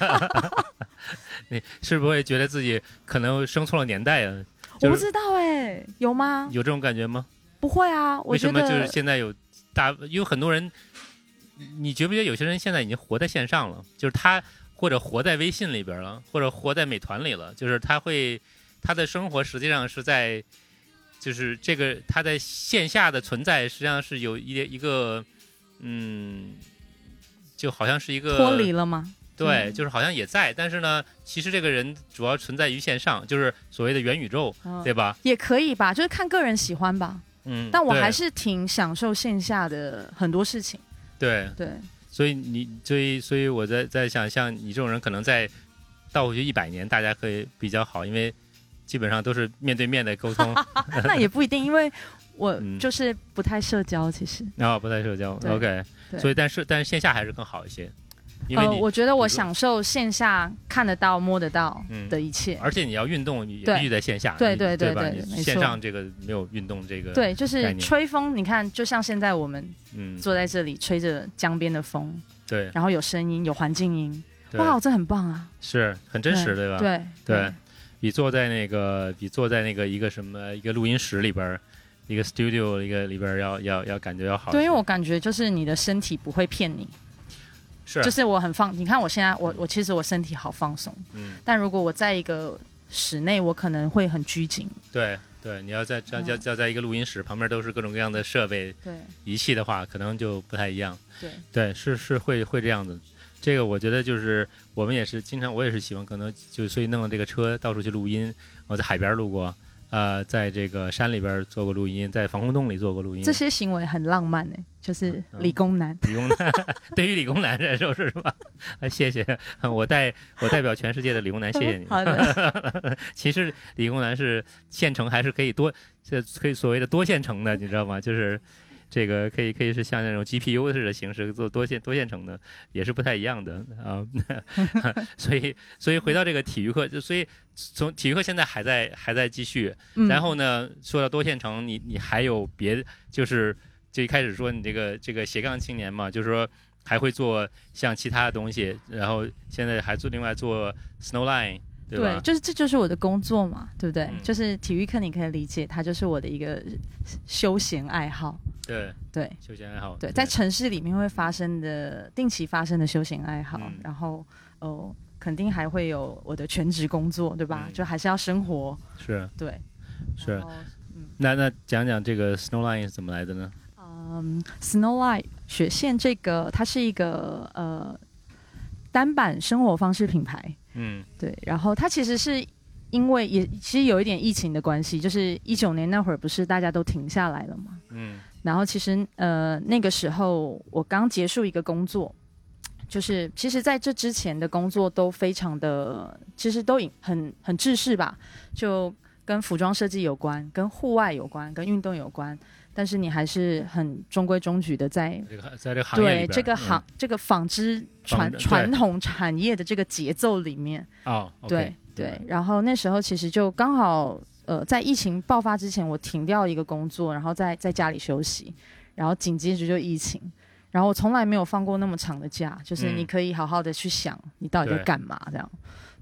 你是不是觉得自己可能生错了年代啊？ 我不知道哎、欸，有吗？ 有这种感觉吗？ 不会啊，我为什么就是现在有大有很多人，你觉不觉得有些人现在已经活在线上了？就是他。或者活在微信里边了，或者活在美团里了，就是他会，他的生活实际上是在，就是这个他在线下的存在实际上是有一一个，嗯，就好像是一个脱离了吗？ 对， 嗯、 就是好像也在，但是呢，其实这个人主要存在于线上，就是所谓的元宇宙， 嗯、 对吧？ 也可以吧，就是看个人喜欢吧。 嗯， 但我还是挺享受线下的很多事情。 对对。 所以你，所以，所以我在在想，像你这种人，可能在倒回去一百年，大家可以比较好，因为基本上都是面对面的沟通。 那也不一定，因为我就是不太社交，其实。 啊、哦，不太社交 ，OK。所以，但是，但是线下还是更好一些。因为、呃、 我觉得我享受线下看得到、摸得到的一切， 嗯、而且你要运动，也必须在线下， 对对对对, 对, 对, 对， 线上这个没有运动这个， 对，就是吹风。你看，就像现在我们坐在这里、嗯、吹着江边的风， 对， 然后有声音，有环境音，哇，这很棒啊， 是很真实， 对, 对吧？ 对对, 对，比坐在那个比坐在那个一个什么一个录音室里边，一个 studio 一个里边要要要感觉要好。 对，因为我感觉就是你的身体不会骗你。 是， 就是我很放，你看我现在我我其实我身体好放松，嗯，但如果我在一个室内，我可能会很拘谨。 对对，你要在要要要在一个录音室旁边都是各种各样的设备、对仪器的话，可能就不太一样。 对对，是是会会这样的。这个我觉得就是我们也是经常，我也是喜欢，可能就所以弄了这个车到处去录音。我在海边录过。呃，在这个山里边做过录音，在防空洞里做过录音， 这些行为很浪漫哎，就是理工男。 嗯、理工男，对于理工男来说是什么？啊，谢谢，我代我代表全世界的理工男，谢谢你。 好的。 其实理工男是线程还是可以多，这可以所谓的多线程的，你知道吗？就是这个可以可以是像那种 G P U 式的形式做多线多线程的，也是不太一样的啊。所以所以回到这个体育课，就所以从体育课现在还在还在继续。嗯、然后呢，说到多线程，你你还有别就是就一开始说你这个这个斜杠青年嘛，就是说还会做像其他的东西，然后现在还做另外做 Snowline。对, 对，就是这就是我的工作嘛，对不对？嗯、就是体育课，你可以理解，它就是我的一个休闲爱好。 对对， 休闲爱好。 对，在城市里面会发生的定期发生的休闲爱好，嗯、然后哦、呃，肯定还会有我的全职工作，对吧？嗯、就还是要生活。 是。 对。 是。嗯、那那讲讲这个 Snowline 是怎么来的呢？ 嗯 ，Snowline 雪线这个，它是一个呃单板生活方式品牌。嗯，对，然后它其实是因为也其实有一点疫情的关系，就是一九年那会儿不是大家都停下来了嘛，嗯，然后其实呃那个时候我刚结束一个工作，就是其实在这之前的工作都非常的，其实都很很制式吧，就跟服装设计有关，跟户外有关，跟运动有关。但是你还是很中规中矩的在这个在这个行业里边， 对这个行、嗯、这个纺织传传统产业的这个节奏里面哦， 对对。然后那时候其实就刚好呃在疫情爆发之前，我停掉一个工作，然后在在家里休息，然后紧接着就疫情，然后我从来没有放过那么长的假，就是你可以好好的去想你到底在干嘛这样。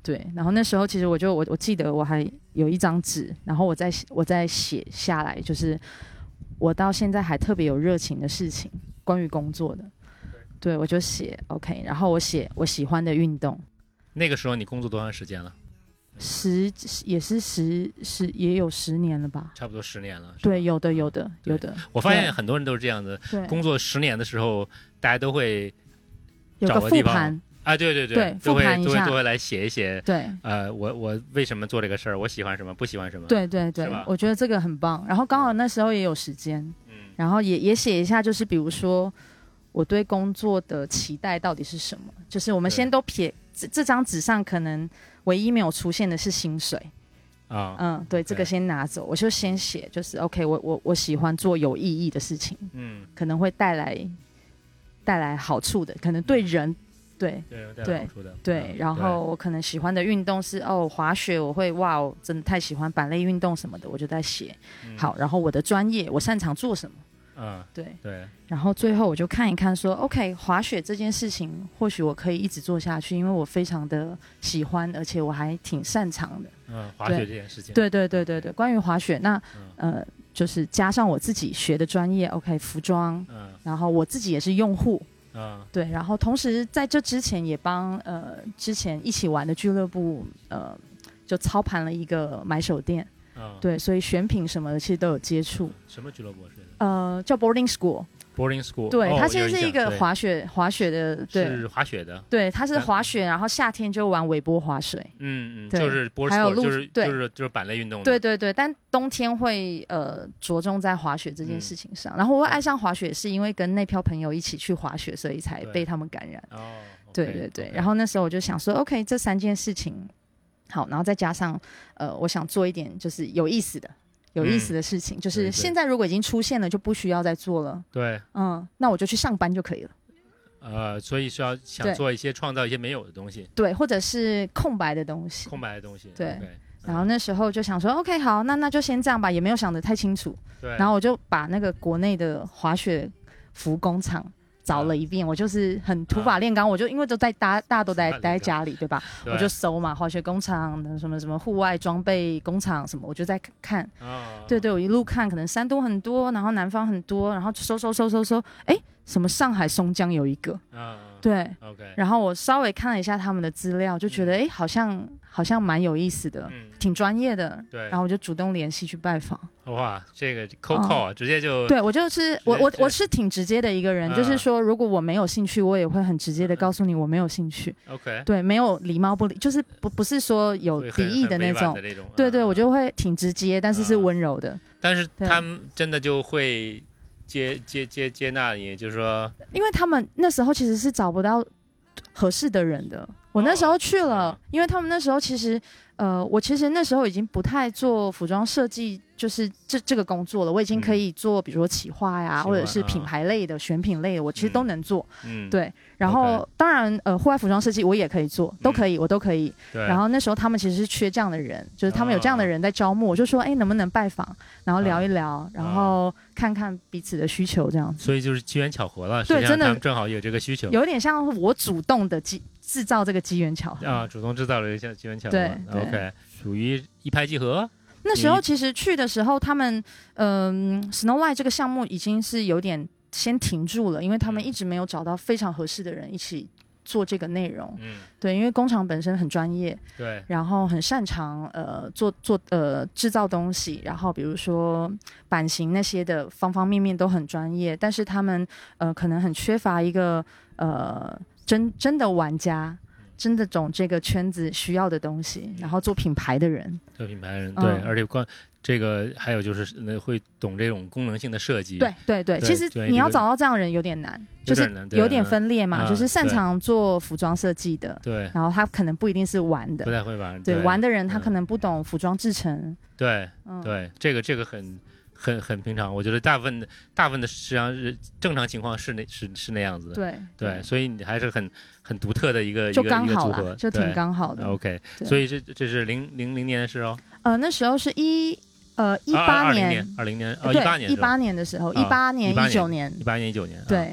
对，然后那时候其实我就我我记得我还有一张纸，然后我在我在写下来，就是我到现在还特别有热情的事情，关于工作的。对，我就写 OK， 然后我写我喜欢的运动。 那个时候你工作多长时间了？ 十也是十十也有十年了吧？ 差不多十年了。 对，有的有的有的。 我发现很多人都是这样子，工作十年的时候，大家都会有个复盘啊，对对对， 对，复盘一下， 都会来写一写。 对， 呃，我我为什么做这个事儿？我喜欢什么？不喜欢什么？ 对对对，我觉得这个很棒。然后刚好那时候也有时间，嗯，然后也也写一下，就是比如说我对工作的期待到底是什么？就是我们先都撇这这张纸上可能唯一没有出现的是薪水。 啊， 嗯，对，这个先拿走，我就先写，就是 OK， 我我我喜欢做有意义的事情，嗯，可能会带来带来好处的，可能对人。对对对对，然后我可能喜欢的运动是哦滑雪，我会哇，我真的太喜欢板类运动什么的，我就在写。嗯、好，然后我的专业我擅长做什么？嗯，对对。 然后最后我就看一看说 ，OK， 滑雪这件事情或许我可以一直做下去，因为我非常的喜欢，而且我还挺擅长的。 嗯，滑雪这件事情。 对对对对对，关于滑雪，那、嗯、呃就是加上我自己学的专业 ，OK， 服装，嗯，然后我自己也是用户。嗯，对，然后同时在这之前也帮呃之前一起玩的俱乐部呃就操盘了一个买手店，嗯，对，所以选品什么的其实都有接触。 什么俱乐部是？ 呃，叫 boarding school。boarding school， 对， 哦、 它其实是一个滑雪滑雪的，对， 是滑雪的， 对，它是滑雪，然后夏天就玩微波滑水， 嗯嗯，就是 board， 还有路， 就是对， 就是就是板类运动的， 对对对，但冬天会呃着重在滑雪这件事情上。嗯、然后我会爱上滑雪，是因为跟那票朋友一起去滑雪，所以才被他们感染。哦，对对对， okay， 然后那时候我就想说 ，OK， 这三件事情好，然后再加上呃，我想做一点就是有意思的。有意思的事情、嗯、就是现在如果已经出现了就不需要再做了， 对， 嗯，那我就去上班就可以了。 呃，所以需要想做一些创造一些没有的东西， 对，或者是空白的东西， 空白的东西， 对。 okay， 然后那时候就想说、嗯、，OK， 好，那那就先这样吧，也没有想得太清楚。 对。 然后我就把那个国内的滑雪服工厂找了一遍、啊，我就是很土法炼钢、啊，我就因为都在大大家都待待在家里，对吧？对，我就搜嘛，滑雪工厂什么什么户外装备工厂什么，我就在看。哦。对对，我一路看，可能山东很多，然后南方很多，然后搜搜搜搜搜，哎，什么上海松江有一个。啊。对。OK。然后我稍微看了一下他们的资料，就觉得哎、嗯，好像好像蛮有意思的，嗯、挺专业的。对。然后我就主动联系去拜访。 哇，这个扣扣啊，直接就对我就是我我我是挺直接的一个人、嗯，就是说如果我没有兴趣，我也会很直接的告诉你我没有兴趣。 OK， 对，没有礼貌不理，就是不不是说有敌意的那种， 那种对对，我就会挺直接，但是是温柔的。 嗯、但是他们真的就会接接接接纳你，就是说， 因为他们那时候其实是找不到合适的人的。我那时候去了，哦、因为他们那时候其实，呃，我其实那时候已经不太做服装设计，就是这这个工作了。我已经可以做，比如说企划呀，或者是品牌类的、选品类的，我其实都能做。嗯，对。然后、okay，当然，呃，户外服装设计我也可以做，都可以，嗯、我都可以。对。然后那时候他们其实是缺这样的人，就是他们有这样的人在招募，哦、我就说，哎，能不能拜访，然后聊一聊，哦、然后看看彼此的需求这样子。 所以就是机缘巧合了， 对，真的， 他们正好有这个需求， 有点像我主动的机。制造这个机缘巧合啊，主动制造了一些机缘巧合。 对 ，OK， 属于一拍即合。 那时候其实去的时候，他们嗯、呃、，Snow White 这个项目已经是有点先停住了，因为他们一直没有找到非常合适的人一起做这个内容。嗯，对，因为工厂本身很专业， 对， 然后很擅长呃做做呃制造东西，然后比如说版型那些的方方面面都很专业，但是他们呃可能很缺乏一个呃。真真的玩家，真的懂这个圈子需要的东西，然后做品牌的人， 做品牌的人，对，嗯、而且光这个还有就是那会懂这种功能性的设计， 对对 对, 对，其实你要找到这样的人有点难， 有点就是有点分裂嘛， 嗯、 就是擅长做服装设计的， 对， 然后他可能不一定是玩的， 不太会玩， 对，对玩的人他可能不懂服装制成， 对，嗯、对，这个这个很。很很平常，我觉得大部分的大部分的实际上是正常情况是那是是那样子的， 对对, 对，所以你还是很很独特的一个就刚好一个组合， 就挺刚好的。 OK， 所以这这是零零零年的事哦。 呃，那时候是一呃一八年， 二零年，二零年，哦一八年， 一八年的时候，一八年一九年， 一八年一九年， 对。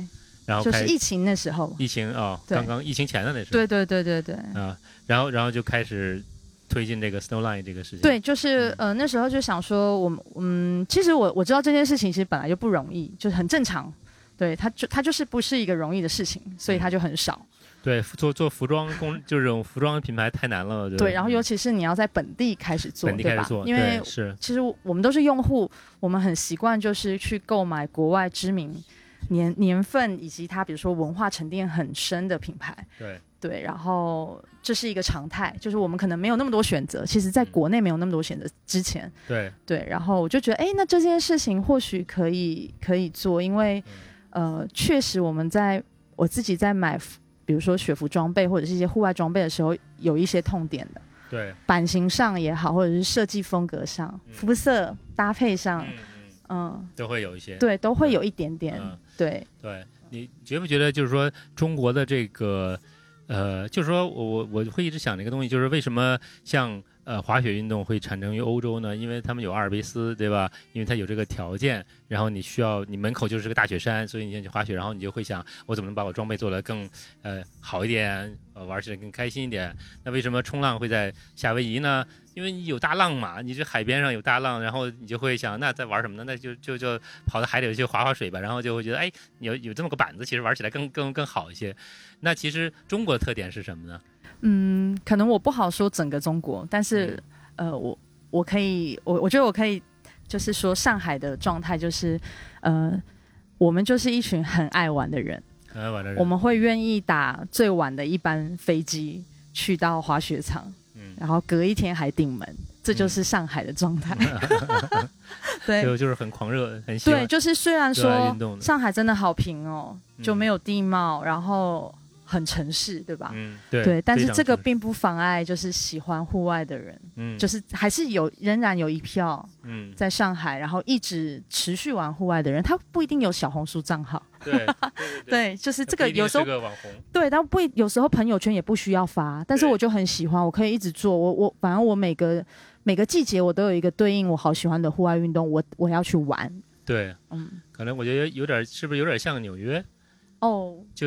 然后就是疫情那时候， 疫情哦，刚刚疫情前的那时候， 对对对对对啊，然后然后就开始推进这个 Snowline 这个事情。 对，就是呃那时候就想说，我们嗯，其实我我知道这件事情其实本来就不容易，就是很正常，对，它就它就是不是一个容易的事情，所以它就很少。 对，做做服装工就是这种服装品牌太难了。对， 对，然后尤其是你要在本地开始做， 本地开始做， 因为是其实我们都是用户，我们很习惯就是去购买国外知名年年份以及它比如说文化沉淀很深的品牌。 对对，然后这是一个常态，就是我们可能没有那么多选择，其实在国内没有那么多选择之前。 对对，然后我就觉得，哎，那这件事情或许可以可以做，因为、嗯、呃，确实我们在我自己在买。比如说雪服装备或者是一些户外装备的时候，有一些痛点的， 对， 版型上也好，或者是设计风格上、嗯、肤色搭配上，嗯, 嗯， 都会有一些， 对，都会有一点点， 嗯、 对， 对，你觉不觉得就是说中国的这个，呃，就是说我我我会一直想这个东西，就是为什么像。呃，滑雪运动会产生于欧洲呢？因为他们有阿尔卑斯，对吧？因为它有这个条件，然后你需要你门口就是个大雪山，所以你去滑雪，然后你就会想，我怎么能把我装备做得更呃好一点，呃玩起来更开心一点？那为什么冲浪会在夏威夷呢？因为你有大浪嘛，你这海边上有大浪，然后你就会想，那在玩什么呢？那就就就跑到海里去滑滑水吧，然后就会觉得，哎，有有这么个板子，其实玩起来更更更好一些。那其实中国的特点是什么呢？ 嗯，可能我不好说整个中国，但是、嗯、呃，我我可以，我我觉得我可以，就是说上海的状态就是，呃，我们就是一群很爱玩的人， 很爱玩的人， 我们会愿意打最晚的一班飞机去到滑雪场，嗯，然后隔一天还顶门，这就是上海的状态。嗯、对， 就是很狂热，很喜欢。 对，就是虽然说上海真的好平哦，就没有地貌，嗯、然后。很城市，对吧？ 嗯，对， 对，但是这个并不妨碍，就是喜欢户外的人，嗯，就是还是有仍然有一票，嗯，在上海，然后一直持续玩户外的人，他不一定有小红书账号， 对，对, 对, 对, 对，就是这个有时候个网红， 对，但不有时候朋友圈也不需要发，但是我就很喜欢，我可以一直做，我我反正我每个每个季节我都有一个对应我好喜欢的户外运动，我我要去玩， 对，嗯，可能我觉得有点是不是有点像纽约， 哦， 就是。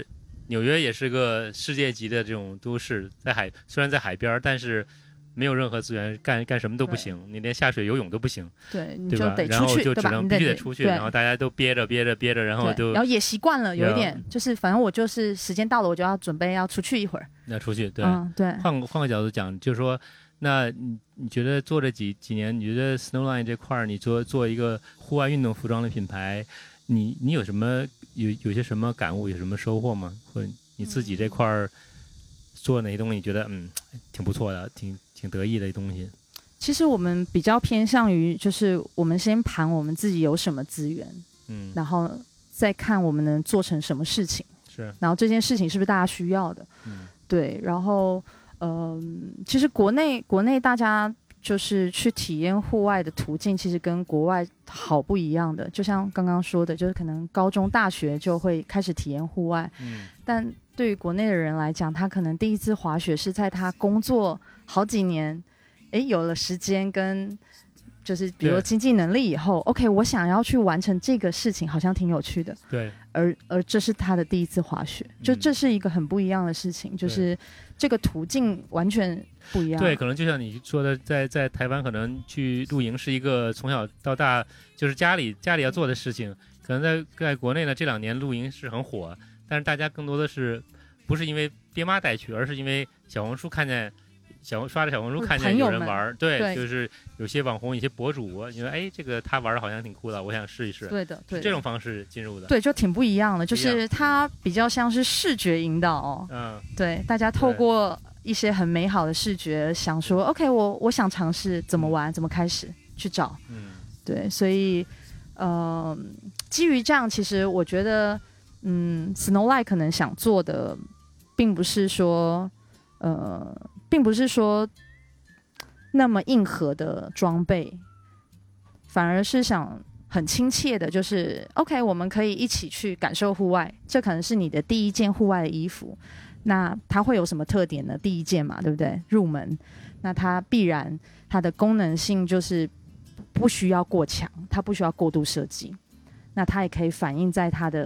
纽约也是个世界级的这种都市，在海虽然在海边，但是没有任何资源，干干什么都不行，你连下水游泳都不行， 对，你就得出去， 然后就只能必须得出去， 然后大家都憋着憋着憋着，然后就然后也习惯了，有一点就是反正我就是时间到了，我就要准备要出去一会儿， 要出去，对， 嗯、对。 换换个角度讲，就是说，那你你觉得做这几几年，你觉得 Snowline 这块儿，你做做一个户外运动服装的品牌，你你有什么有有些什么感悟，有什么收获吗？或者你自己这块儿做哪些东西，你觉得嗯挺不错的，挺挺得意的东西？ 其实我们比较偏向于，就是我们先盘我们自己有什么资源，嗯，然后再看我们能做成什么事情， 是， 然后这件事情是不是大家需要的，嗯，对，然后嗯、呃，其实国内国内大家。就是去体验户外的途径，其实跟国外好不一样的。就像刚刚说的，就是可能高中、大学就会开始体验户外，嗯，但对于国内的人来讲，他可能第一次滑雪是在他工作好几年，哎，有了时间跟就是比如说经济能力以后 ，OK， 我想要去完成这个事情，好像挺有趣的， 对。 而而这是他的第一次滑雪，就这是一个很不一样的事情，嗯、就是这个途径完全不一样。 对，可能就像你说的，在在台湾可能去露营是一个从小到大就是家里家里要做的事情，可能在在国内呢这两年露营是很火，但是大家更多的是不是因为爹妈带去，而是因为小红书看见。小刷着小红书看见有人玩，对，对，就是有些网红、一些博主，因为哎，这个他玩的好像挺酷的，我想试一试。 对的，对的， 这种方式进入的， 对，就挺不一样的，就是它比较像是视觉引导哦。嗯，对，大家透过一些很美好的视觉，想说 ，OK， 我我想尝试怎么玩，怎么开始去找。嗯，对，所以，呃，基于这样，其实我觉得，嗯 ，Snowline 可能想做的，并不是说，呃。并不是说那么硬核的装备，反而是想很亲切的，就是 OK， 我们可以一起去感受户外。这可能是你的第一件户外的衣服，那它会有什么特点呢？第一件嘛，对不对？入门，那它必然它的功能性就是不需要过强，它不需要过度设计，那它也可以反映在它的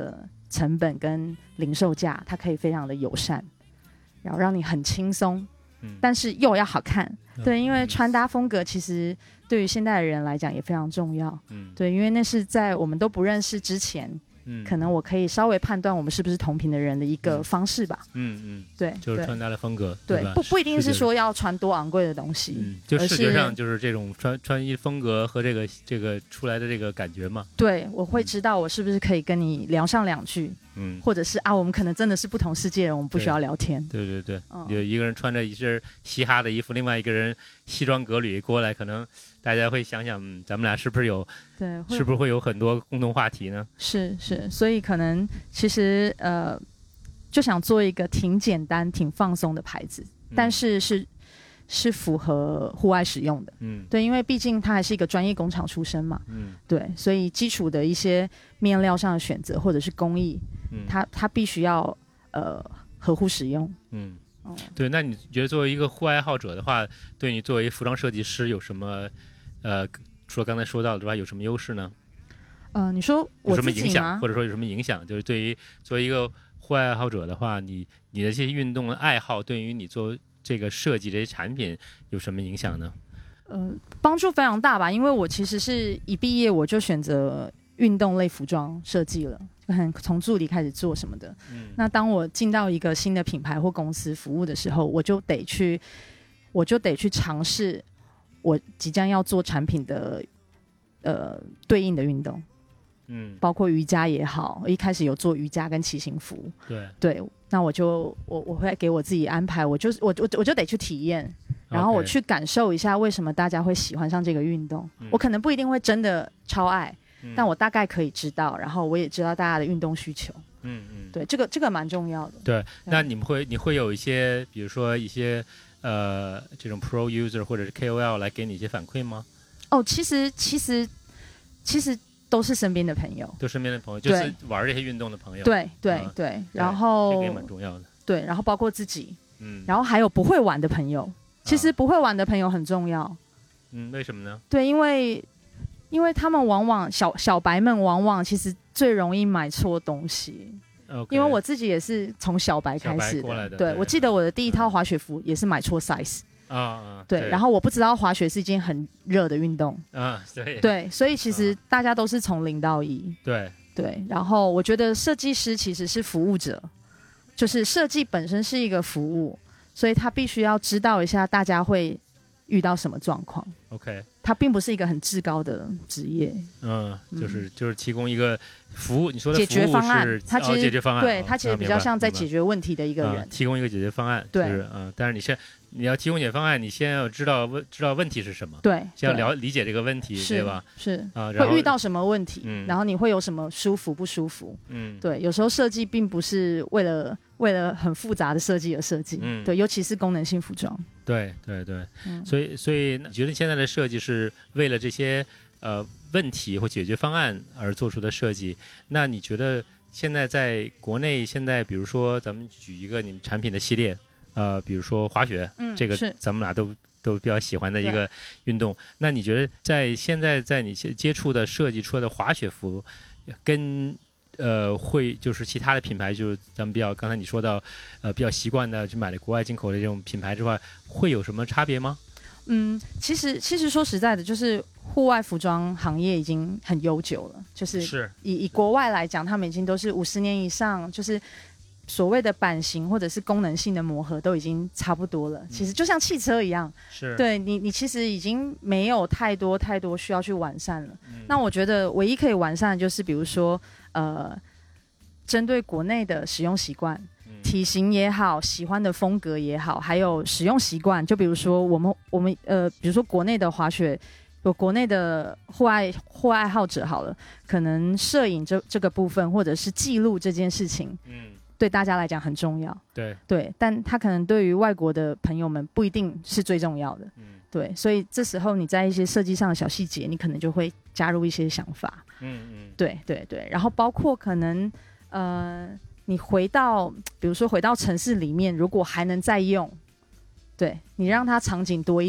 成本跟零售价，它可以非常的友善，然后让你很轻松，嗯、但是又要好看。嗯、对，因为穿搭风格其实对于现代的人来讲也非常重要。嗯，对，因为那是在我们都不认识之前。嗯，可能我可以稍微判断我们是不是同频的人的一个方式吧。嗯嗯，对， 就是穿搭的风格， 对， 对不不一定是说要穿多昂贵的东西， 嗯，就视觉上就是这种穿穿衣风格和这个这个出来的这个感觉嘛。 对，我会知道我是不是可以跟你聊上两句，嗯，或者是啊，我们可能真的是不同世界人，我们不需要聊天。 对对对，嗯、有一个人穿着一身嘻哈的衣服，另外一个人西装革履过来，可能大家会想想，嗯，咱们俩是不是有对，是不是会有很多共同话题呢？ 是是，所以可能其实呃，就想做一个挺简单、挺放松的牌子，嗯、但是是是符合户外使用的。嗯，对，因为毕竟它还是一个专业工厂出身嘛。嗯，对，所以基础的一些面料上的选择或者是工艺，嗯、它它必须要呃合乎使用。 嗯。对，那你觉得作为一个户外爱好者的话，对你作为服装设计师有什么，呃，除了刚才说到的之外，有什么优势呢？ 呃，你说我自己吗？ 有什么影响，或者说有什么影响？就是对于作为一个户外爱好者的话，你你的这些运动的爱好，对于你做这个设计这些产品有什么影响呢？ 呃，帮助非常大吧，因为我其实是一毕业我就选择运动类服装设计了。从助理开始做什么的，嗯、那当我进到一个新的品牌或公司服务的时候，我就得去，我就得去尝试我即将要做产品的呃对应的运动，嗯，包括瑜伽也好，一开始有做瑜伽跟骑行服， 对对，那我就我我会给我自己安排，我就我我我就得去体验，然后我去感受一下为什么大家会喜欢上这个运动，嗯、我可能不一定会真的超爱。但我大概可以知道，然后我也知道大家的运动需求。嗯嗯，对，这个这个蛮重要的。 对，那你们会你会有一些，比如说一些呃这种 pro user 或者是 K O L 来给你一些反馈吗？ 哦，其实其实其实都是身边的朋友， 都身边的朋友，就是玩这些运动的朋友。 对对、嗯、对，然后这个也蛮重要的。 对，然后包括自己，嗯，然后还有不会玩的朋友，其实不会玩的朋友很重要。 嗯，为什么呢？ 对，因为。因为他们往往小小白们往往其实最容易买错东西， okay, 因为我自己也是从小白开始的, 的对, 对我记得我的第一套滑雪服也是买错 size 啊、嗯， 对, 对，然后我不知道滑雪是一件很热的运动啊，对对，所以其实大家都是从零到一， 对对，然后我觉得设计师其实是服务者，就是设计本身是一个服务，所以他必须要知道一下大家会遇到什么状况 ，OK。 它并不是一个很至高的职业， 嗯，就是就是提供一个服务，你说的解决方案，它其实、 哦、解决方案， 对，它其实比较像在解决问题的一个人， 嗯、提供一个解决方案， 对， 就是嗯、呃，但是你先你要提供解决方案，你先要知道问知道问题是什么， 对， 先要了理解这个问题，对吧？ 是啊，会遇到什么问题，嗯，然后你会有什么舒服不舒服，嗯，对，有时候设计并不是为了为了很复杂的设计而设计，嗯，对，尤其是功能性服装。 对对对、嗯，所以所以你觉得现在的设计是为了这些呃问题或解决方案而做出的设计？那你觉得现在在国内，现在比如说咱们举一个你们产品的系列，呃，比如说滑雪，嗯，这个咱们俩都都比较喜欢的一个运动。那你觉得在现在在你接触的设计出来的滑雪服，跟呃，会就是其他的品牌，就是咱们比较刚才你说到，呃，比较习惯的去买的国外进口的这种品牌之外，会有什么差别吗？ 嗯，其实其实说实在的，就是户外服装行业已经很悠久了，就是是以以国外来讲，他们已经都是五十年以上，就是所谓的版型或者是功能性的磨合都已经差不多了。嗯、其实就像汽车一样， 是对你你其实已经没有太多太多需要去完善了。嗯、那我觉得唯一可以完善的就是比如说。呃，针对国内的使用习惯、嗯、体型也好，喜欢的风格也好，还有使用习惯，就比如说我们我们呃，比如说国内的滑雪，有国内的户外户外爱好者好了，可能摄影这这个部分，或者是记录这件事情，嗯，对大家来讲很重要， 对对，但他可能对于外国的朋友们不一定是最重要的，嗯。对，所以这时候你在一些设计上的小细节，你可能就会加入一些想法。嗯嗯，对对对，然后包括可能呃，你回到比如说回到城市里面，如果还能再用，对你让它场景多一点，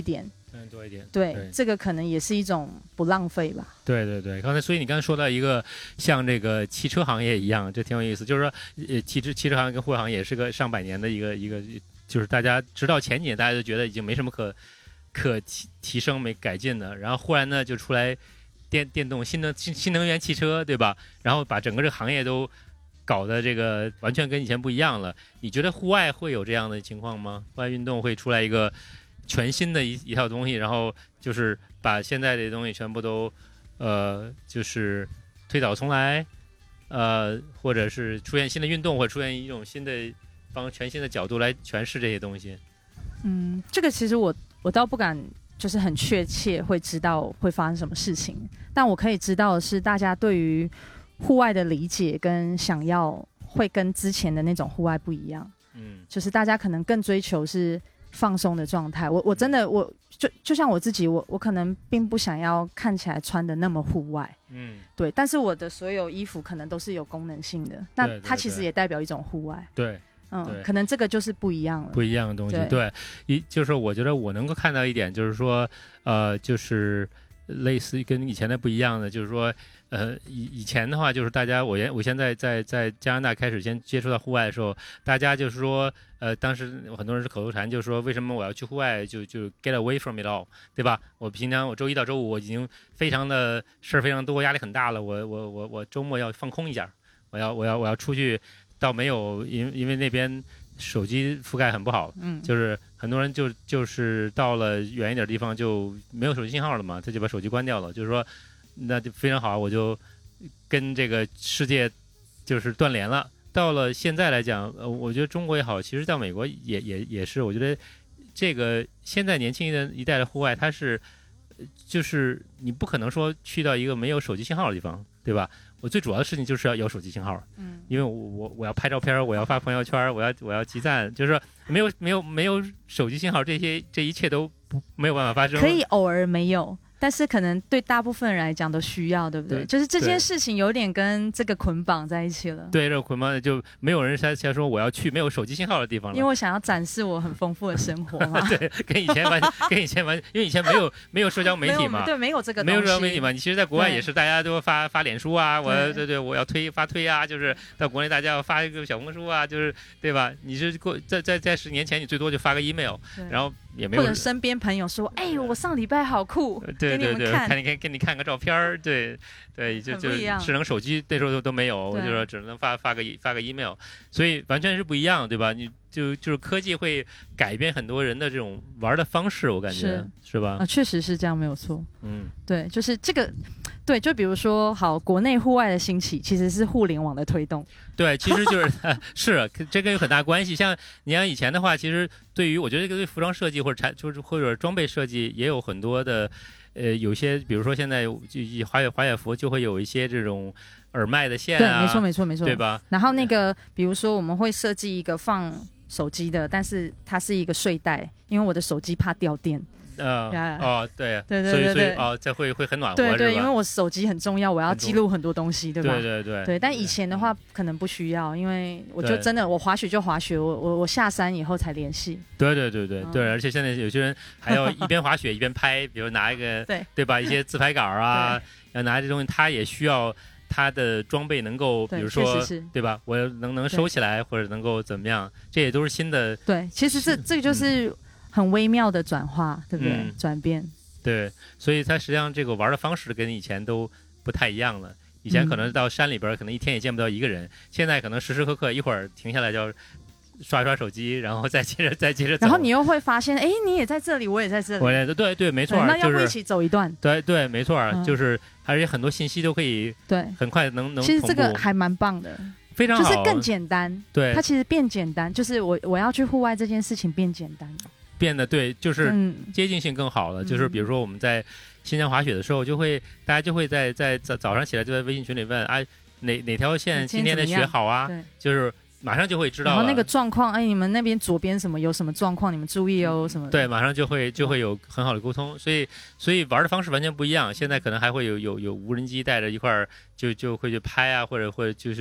嗯，多一点。 对， 对这个可能也是一种不浪费吧。 对对对，刚才所以你刚才说到一个像这个汽车行业一样，这挺有意思，就是说，呃，汽车汽车行业跟户外行业也是个上百年的一个一个，就是大家直到前几年大家都觉得已经没什么可可提提升没改进的，然后忽然呢就出来电电动新能新新能源汽车，对吧？然后把整个这个行业都搞得这个完全跟以前不一样了。你觉得户外会有这样的情况吗？户外运动会出来一个全新的一一套东西，然后就是把现在的东西全部都呃就是推倒重来，呃，或者是出现新的运动，或者出现一种新的帮全新的角度来诠释这些东西。 嗯，这个其实我我倒不敢就是很确切会知道会发生什么事情，但我可以知道的是，大家对于户外的理解跟想要会跟之前的那种户外不一样。嗯，就是大家可能更追求是放松的状态。我我真的我就就像我自己，我我可能并不想要看起来穿的那么户外。嗯，对，但是我的所有衣服可能都是有功能性的，那它其实也代表一种户外。 对。 嗯，可能这个就是不一样了， 不一样的东西。对，一就是我觉得我能够看到一点，就是说，呃，就是类似跟以前的不一样的，就是说，呃，以以前的话，就是大家我原我现在在在加拿大开始先接触到户外的时候，大家就是说，呃，当时很多人是口头禅，就是说为什么我要去户外，就就 get away from it all， 对吧？我平常我周一到周五我已经非常的事儿非常多，压力很大了，我我我我周末要放空一下，我要我要我要出去。倒没有，因因为那边手机覆盖很不好，嗯，就是很多人就就是到了远一点的地方就没有手机信号了嘛，他就把手机关掉了，就是说那就非常好，我就跟这个世界就是断联了。到了现在来讲，呃，我觉得中国也好，其实到美国也也也是，我觉得这个现在年轻的一代的户外，它是就是你不可能说去到一个没有手机信号的地方，对吧？我最主要的事情就是要有手机信号，嗯，因为我我我要拍照片，我要发朋友圈，我要我要集赞，就是说没有没有没有手机信号，这些这一切都不没有办法发生。 可以偶尔没有，但是可能对大部分人来讲都需要，对不对？对，就是这件事情有点跟这个捆绑在一起了。 对，这个捆绑就没有人才才说我要去没有手机信号的地方了， 因为我想要展示我很丰富的生活嘛。 对，跟以前完跟以前完，因为以前没有没有社交媒体嘛， 对，没有这个没有社交媒体嘛。你其实，在国外也是，大家都发发脸书啊，我对 对, 对，我要推发推啊，就是到国内大家要发一个小红书啊，就是对吧？你是过在在在十年前，你最多就发个 email， 然后。也没有或者身边朋友说，哎、欸，我上礼拜好酷， 对对对， 看你看给你看个照片，对对，就就智能手机那时候都都没有，我就说只能发发个发个 email， 所以完全是不一样，对吧？你就就是科技会改变很多人的这种玩的方式，我感觉 是, 是吧？ 啊，确实是这样，没有错。嗯，对，就是这个，对，就比如说，好，国内户外的兴起其实是互联网的推动。 对，其实就是是这跟有很大关系。像你像以前的话，其实对于我觉得这个对服装设计或者产就是或者装备设计也有很多的，呃，有些比如说现在就滑雪滑雪服就会有一些这种耳麦的线啊， 对，没错没错没错， 对吧？ 然后那个比如说我们会设计一个放手机的，但是它是一个睡袋，因为我的手机怕掉电。 呃哦，对对对对对， 所以所以哦，这会会很暖和， 对对， 因为我手机很重要，我要记录很多东西，对吧？ 对对对对，但以前的话可能不需要，因为我就真的我滑雪就滑雪，我我我下山以后才联系。 对对对对对，而且现在有些人还要一边滑雪一边拍，比如拿一个对对吧，一些自拍杆啊，要拿这东西，他也需要他的装备能够，比如说 对, 对吧，我能能收起来或者能够怎么样，这也都是新的。 对，其实这这个就是。嗯很微妙的转化，对不对？嗯、转变， 对，所以它实际上这个玩的方式跟以前都不太一样了。以前可能到山里边，可能一天也见不到一个人，嗯、现在可能时时刻刻一会儿停下来就要刷刷手机，然后再接着再接着走。 然后你又会发现，哎，你也在这里，我也在这里。 我也对对，没错， 那要不一起走一段？ 对对，没错，嗯、就是而且很多信息都可以对很快能能。 其实这个还蛮棒的。 非常好， 就是更简单。 对， 它其实变简单，就是我我要去户外这件事情变简单。 变得对，就是接近性更好了。嗯、就是比如说我们在新疆滑雪的时候，就会大家就会在在早早上起来就在微信群里问，哎，哪哪条线今天的雪好啊？就是马上就会知道了。 然后那个状况，哎，你们那边左边什么有什么状况，你们注意哦，什么的。 对，马上就会就会有很好的沟通。所以所以玩的方式完全不一样。现在可能还会有有有无人机带着一块儿，就就会去拍啊，或者或者就是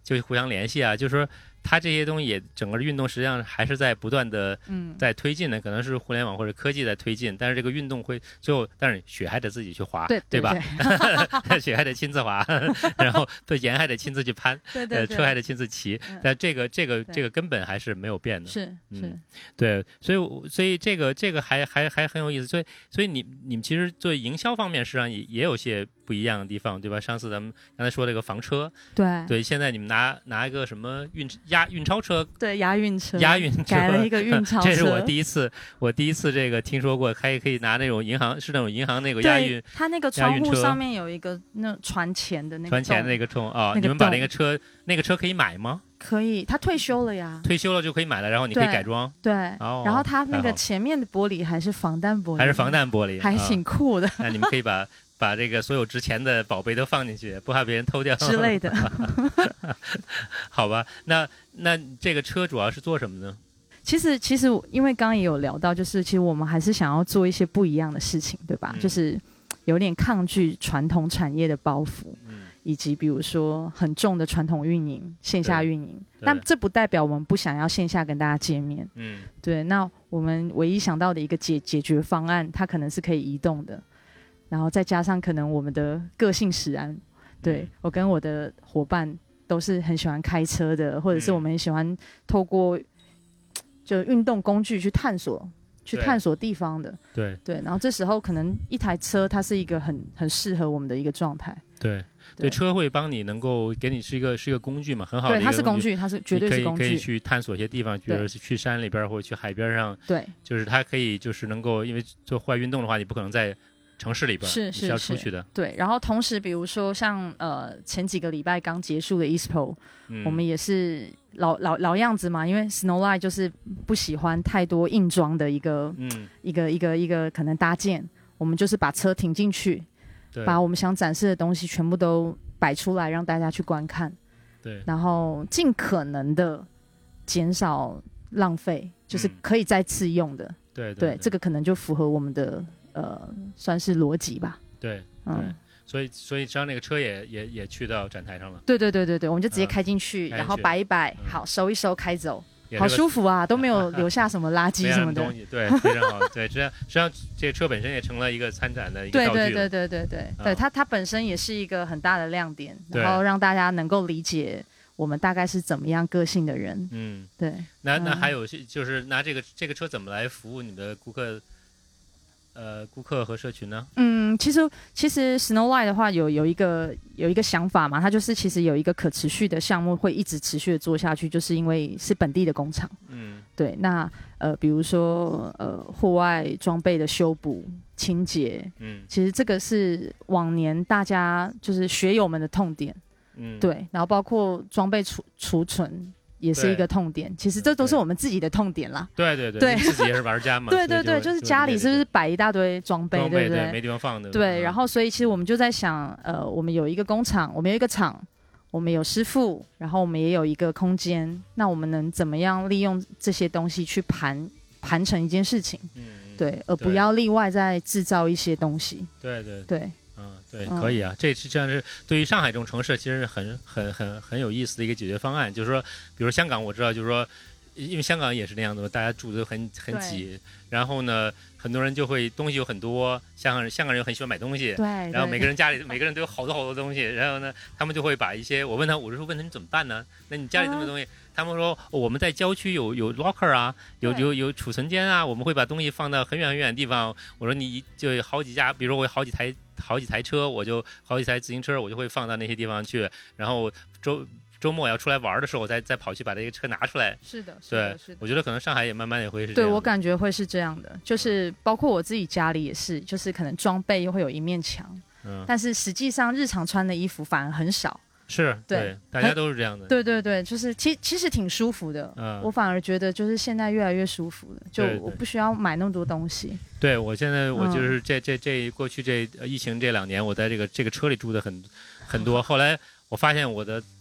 就互相联系啊，就是说它这些东西也整个运动实际上还是在不断的在推进的，嗯、可能是互联网或者科技在推进，但是这个运动会最后，但是雪还得自己去滑， 对对吧？ 对雪还得亲自滑，然后岩还得亲自去攀， 对对对， 车还得亲自骑，嗯、但这个这个这个根本还是没有变的， 是是、 嗯，对，所以所以这个这个还还还很有意思，所以所以你你们其实做营销方面实际上也也有些不一样的地方，对吧？上次咱们刚才说这个房车， 对对，现在你们拿拿一个什么运押运钞车， 对，押运车， 押运车改了一个运钞车， 这是我第一次，我第一次这个听说过，还可以拿那种银行是那种银行那个押运， 它那个窗户上面有一个那船前的那个船前的那个洞啊、哦那个， 你们把那个车那个车可以买吗？ 可以，他退休了呀， 退休了就可以买了，然后你可以改装， 对， 哦、 然后它那个前面的玻璃还是防弹玻璃， 还是防弹玻璃， 还挺酷的。 哦、那你们可以把。把这个所有值钱的宝贝都放进去，不怕别人偷掉之类的。 好吧，那那这个车主要是做什么呢？ 其实其实因为刚刚也有聊到，就是其实我们还是想要做一些不一样的事情，对吧？嗯、就是有点抗拒传统产业的包袱，嗯、以及比如说很重的传统运营、线下运营。但这不代表我们不想要线下跟大家见面。嗯，对。那我们唯一想到的一个解解决方案，它可能是可以移动的。然后再加上可能我们的个性使然，对、嗯、我跟我的伙伴都是很喜欢开车的，或者是我们很喜欢透过就运动工具去探索、去探索地方的。 对对，然后这时候可能一台车它是一个很很适合我们的一个状态。 对。对，车会帮你能够给你是一个是一个工具嘛，很好的一个工具。 对，它是工具，它是绝对是工具。 可以可以去探索一些地方，比如去山里边或者去海边上。 对， 就是它可以就是能够，因为做户外运动的话，你不可能在城市里边， 是是是要出去的。 对，然后同时比如说像呃前几个礼拜刚结束的 E S P O、嗯、我们也是老老老样子嘛，因为 Snowline 就是不喜欢太多硬装的一个、嗯、一个一个一个可能搭建，我们就是把车停进去，把我们想展示的东西全部都摆出来让大家去观看。 对， 然后尽可能的减少浪费，就是可以再次用的。嗯、 对 对, 对, 对， 这个可能就符合我们的呃算是逻辑吧。 对，嗯，对，所以所以实际上那个车也也也去到展台上了。 对对对对对，我们就直接开进去，嗯、然后摆一摆，嗯、好收一收，开走。好舒服啊，都没有留下什么垃圾什么的。 东西对，非常好。对，实际上实际上这个车本身也成了一个参展的一个道具了。 对对对对对对， 嗯、 对它它本身也是一个很大的亮点，然后让大家能够理解我们大概是怎么样个性的人。嗯，对。 那那还有就是拿这个这个车怎么来服务你的顾客？呃，顾客和社群呢？ 嗯，其实其实 Snowline 的话有有一个有一个想法嘛，它就是其实有一个可持续的项目会一直持续的做下去，就是因为是本地的工厂。嗯，对。那呃，比如说呃，户外装备的修补、清洁，嗯，其实这个是往年大家就是学友们的痛点。嗯，对。然后包括装备储储存。也是一个痛点，其实这都是我们自己的痛点啦。 对对对，对自己也是玩家嘛。 对对对，就是家里是不是摆一大堆装备，对不对？ 对，没地方放的。 对，然后所以其实我们就在想，呃，我们有一个工厂，我们有一个厂，我们有师傅，然后我们也有一个空间，那我们能怎么样利用这些东西去盘盘成一件事情？嗯，对，而不要另外再制造一些东西。 对对对。 嗯，对，可以啊，嗯、这实际上是对于上海这种城市，其实很很很很有意思的一个解决方案。就是说，比如香港，我知道，就是说，因为香港也是那样的，大家住的很很挤，然后呢，很多人就会东西有很多，香港人香港人很喜欢买东西， 对， 然后每个人家里每个人都有好多好多东西，然后呢，他们就会把一些，我问他，我就说问他你怎么办呢？那你家里这么多东西？啊他们说、哦、我们在郊区有有 locker 啊，有有有储存间啊，我们会把东西放到很远很远的地方。我说你就有好几家，比如说我有好几台好几台车，我就好几台自行车，我就会放到那些地方去。然后周周末要出来玩的时候，我再再跑去把这个车拿出来。 是的， 对， 是的，是的。 我觉得可能上海也慢慢也会是这样。 对，我感觉会是这样的，就是包括我自己家里也是，就是可能装备又会有一面墙，嗯，但是实际上日常穿的衣服反而很少。 是 对, 对， 大家都是这样的。 对对对，就是其其实挺舒服的、嗯。我反而觉得就是现在越来越舒服了，就我不需要买那么多东西。 对，我现在我就是这、嗯、这这过去这疫情这两年，我在这个这个车里住的很很多。后来我发现我的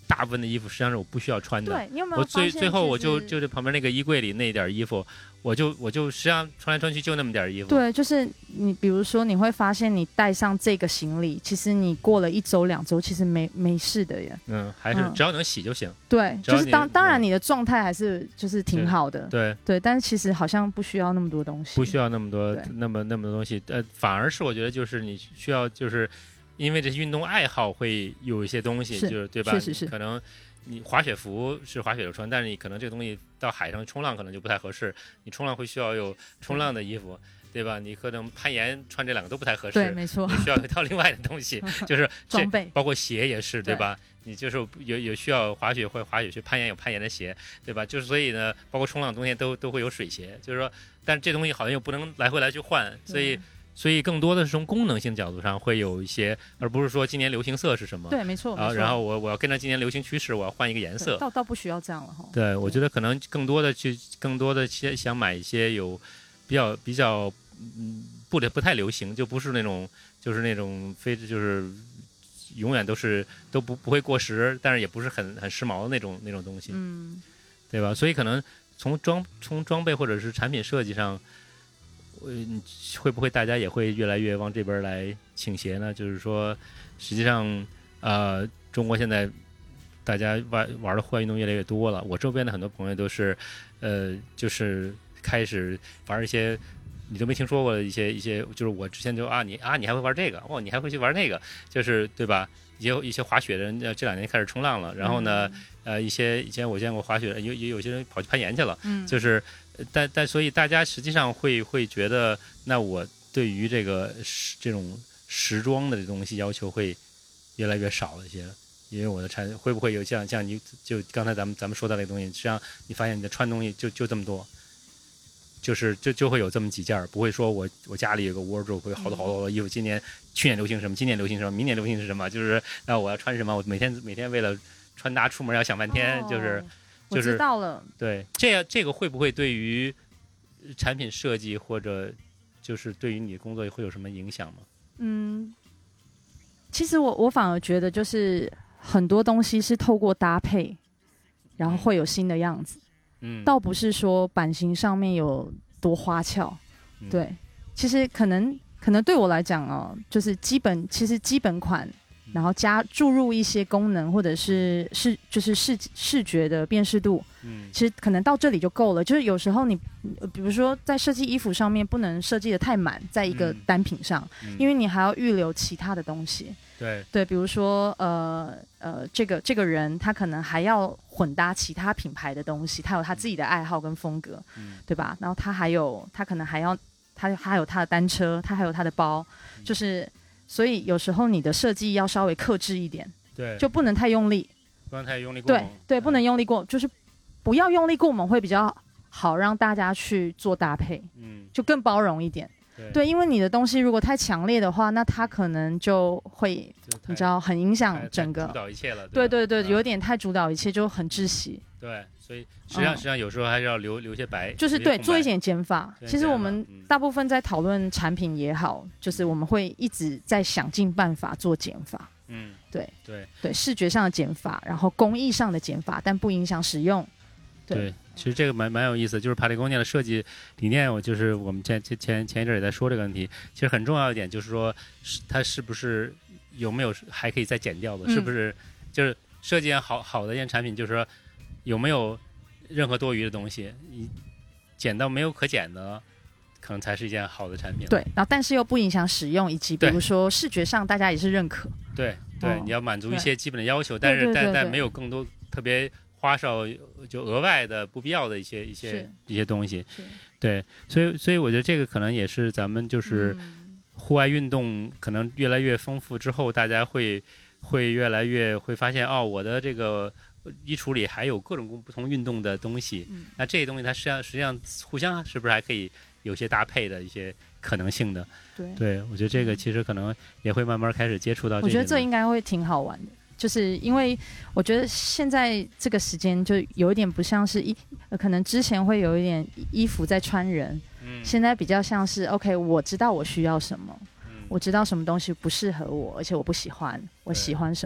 大部分的衣服实际上是我不需要穿的。 对，你有没有我最最后我就就就是旁边那个衣柜里那点衣服，我就我就实际上穿来穿去就那么点衣服。 对，就是你比如说你会发现你带上这个行李，其实你过了一周两周其实没没事的耶。 嗯，还是只要能洗就行。 嗯、对，就是当当然你的状态还是就是挺好的。 对对，但是其实好像不需要那么多东西。 不需要那么多那么那么多东西，呃，反而是我觉得就是你需要就是因为这运动爱好会有一些东西， 是就是对吧？ 确实是可能。你滑雪服是滑雪的穿，但是你可能这个东西到海上冲浪可能就不太合适。你冲浪会需要有冲浪的衣服，对吧？你可能攀岩穿这两个都不太合适。 对，没错。 你需要一套另外的东西，就是装备， 包括鞋也是，对吧？你就是有有需要滑雪或滑雪去攀岩有攀岩的鞋，对吧？就是所以呢，包括冲浪冬天都都会有水鞋，就是说，但这东西好像又不能来回来去换，所以。所以更多的是从功能性角度上会有一些，而不是说今年流行色是什么。 对，没错。 啊，然后我我要跟着今年流行趋势，我要换一个颜色。 倒倒不需要这样了哈。 对，我觉得可能更多的去，更多的些想买一些有比较比较嗯不不太流行，就不是那种就是那种非就是永远都是都不不会过时，但是也不是很很时髦的那种那种东西。 嗯， 对吧？所以可能从装从装备或者是产品设计上。嗯，会不会大家也会越来越往这边来倾斜呢？就是说，实际上，呃，中国现在大家玩玩的户外运动越来越多了。我周边的很多朋友都是，呃，就是开始玩一些你都没听说过的一些一些，就是我之前就啊，你啊，你还会玩这个，哦，你还会去玩那个，就是对吧？也有一些滑雪的人，这两年开始冲浪了。然后呢，嗯、呃，一些以前我见过滑雪，有也有些人跑去攀岩去了， 嗯， 就是。但但所以大家实际上会会觉得，那我对于这个这种时装的这东西要求会越来越少了一些，因为我的产会不会有像像你就刚才咱们咱们说到那个东西，实际上你发现你的穿东西就就这么多，就是就就会有这么几件，不会说我我家里有个 wardrobe 会好多好多的衣服，今年去年流行什么，今年流行什么，明年流行是什么，就是那我要穿什么，我每天每天为了穿搭出门要想半天， 哦、 就是。就是、 我知道了， 对，这样这个会不会对于产品设计或者就是对于你的工作会有什么影响吗？ 嗯，其实我我反而觉得就是很多东西是透过搭配，然后会有新的样子。嗯，倒不是说版型上面有多花俏。嗯、对，其实可能可能对我来讲哦，就是基本其实基本款。然后加注入一些功能，或者是视就是视视觉的辨识度，嗯，其实可能到这里就够了。就是有时候你，比如说在设计衣服上面，不能设计的太满，在一个单品上，嗯、因为你还要预留其他的东西。 对对，比如说呃呃，这个这个人他可能还要混搭其他品牌的东西，他有他自己的爱好跟风格，嗯、对吧？然后他还有他可能还要他还有他的单车，他还有他的包，嗯、就是。所以有时候你的设计要稍微克制一点， 对， 就不能太用力， 不能太用力过猛， 对对，不能用力过，就是不要用力过猛会比较好，让大家去做搭配，嗯，就更包容一点，对，对，因为你的东西如果太强烈的话，那它可能就会你知道很影响整个主导一切了， 对对 对, 对、嗯，有点太主导一切就很窒息， 对。所以实际上，实际上有时候还是要留留些白， 就是对做一点减法。其实我们大部分在讨论产品也好，就是我们会一直在想尽办法做减法。嗯，对对对，视觉上的减法，然后工艺上的减法，但不影响使用。 对，对其实这个蛮蛮有意思，就是Patagonia的设计理念，我就是我们前前前一阵也在说这个问题。其实很重要一点就是说，它是不是有没有还可以再减掉的？嗯、是不是就是设计好好的一件产品，就是说。有没有任何多余的东西？你减到没有可减的，可能才是一件好的产品。 对，然后但是又不影响使用，以及比如说视觉上大家也是认可。 对对、哦，你要满足一些基本的要求，但是但但没有更多特别花哨就额外的不必要的一些一些一些东西。对，所以所以我觉得这个可能也是咱们就是户外运动可能越来越丰富之后，大家会会越来越会发现哦，我的这个。衣橱里还有各种不同运动的东西，嗯、那这些东西它实际上实际上互相是不是还可以有些搭配的一些可能性的？对，对我觉得这个其实可能也会慢慢开始接触到这些。 我觉得这应该会挺好玩的，就是因为我觉得现在这个时间就有一点不像是一，呃、可能之前会有一点衣服在穿人，嗯、现在比较像是 OK， 我知道我需要什么，嗯、我知道什么东西不适合我，而且我不喜欢，我喜欢什么。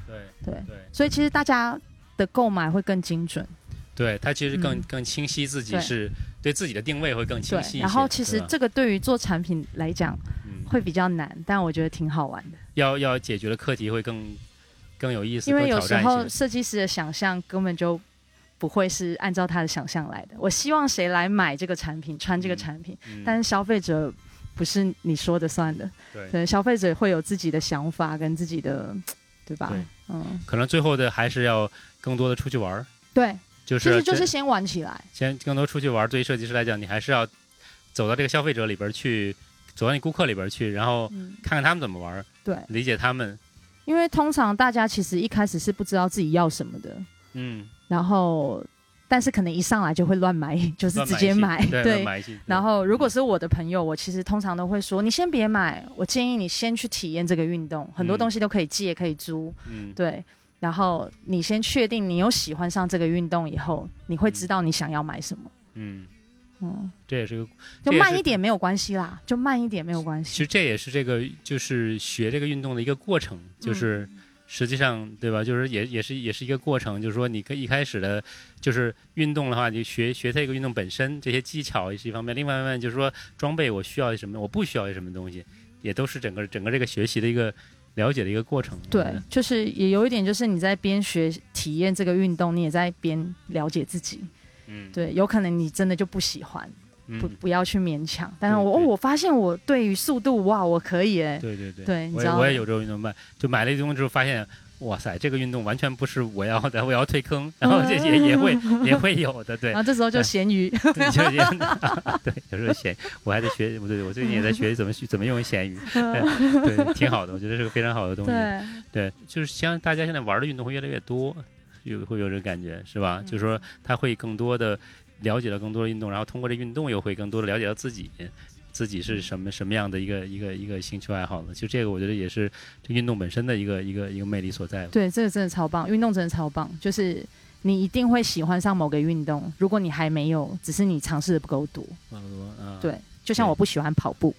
对对对， 所以其实大家的购买会更精准。 对，它其实更、嗯、更清晰，自己是对自己的定位会更清晰一些。 然后其实这个对于做产品来讲会比较难、嗯，但我觉得挺好玩的。 要要解决的课题会更更有意思， 因为有时候设计师的想象根本就不会是按照他的想象来的。我希望谁来买这个产品，穿这个产品，嗯、但是消费者不是你说的算的。 对， 对，消费者会有自己的想法跟自己的，对吧？ 对， 嗯， 可能最后的还是要更多的出去玩。 对。 就是、 其实就是先玩起来， 先更多出去玩。对于设计师来讲，你还是要走到这个消费者里边去，走到你顾客里边去，然后看看他们怎么玩，嗯、 对， 理解他们。 因为通常大家其实一开始是不知道自己要什么的， 嗯， 然后但是可能一上来就会乱买，就是直接买， 对， 对买然后如果是我的朋友，我其实通常都会说，你先别买，我建议你先去体验这个运动，很多东西都可以借，可以租，嗯，对。然后你先确定你有喜欢上这个运动以后，你会知道你想要买什么。 嗯嗯， 这也是个， 就慢一点没有关系啦，就慢一点没有关系。 其实这也是这个就是学这个运动的一个过程，就是实际上对吧？就是也也是也是一个过程，就是说你一开始的，就是运动的话，你学学这个运动本身这些技巧也是一方面，另外一方面就是说装备我需要什么，我不需要什么东西，也都是整个整个这个学习的一个。了解的一个过程， 对，就是也有一点，就是你在边学体验这个运动，你也在边了解自己，嗯，对，有可能你真的就不喜欢，嗯、不不要去勉强。但是我、哦、我发现我对于速度，哇，我可以哎， 对对对， 对， 我也我也有这种运动办，就买了一东西之后发现。哇塞，这个运动完全不是我要的，我要退坑，然后这些也会也会有的，对。 然后这时候就闲鱼， 对，就对，有时候闲，我还在学，对，我最近也在学怎么怎么用闲鱼，对，对，挺好的，我觉得是个非常好的东西。 对， 对，就是像大家现在玩的运动会越来越多，有会有这个感觉，是吧？嗯、就是说他会更多的了解到更多的运动，然后通过这运动又会更多的了解到自己。自己是什么什么样的一个一个一个兴趣爱好呢？其实这个我觉得也是这运动本身的一个一个一个魅力所在。 对，这个真的超棒，运动真的超棒，就是你一定会喜欢上某个运动。如果你还没有，只是你尝试的不够多。不够多啊。对，就像我不喜欢跑步。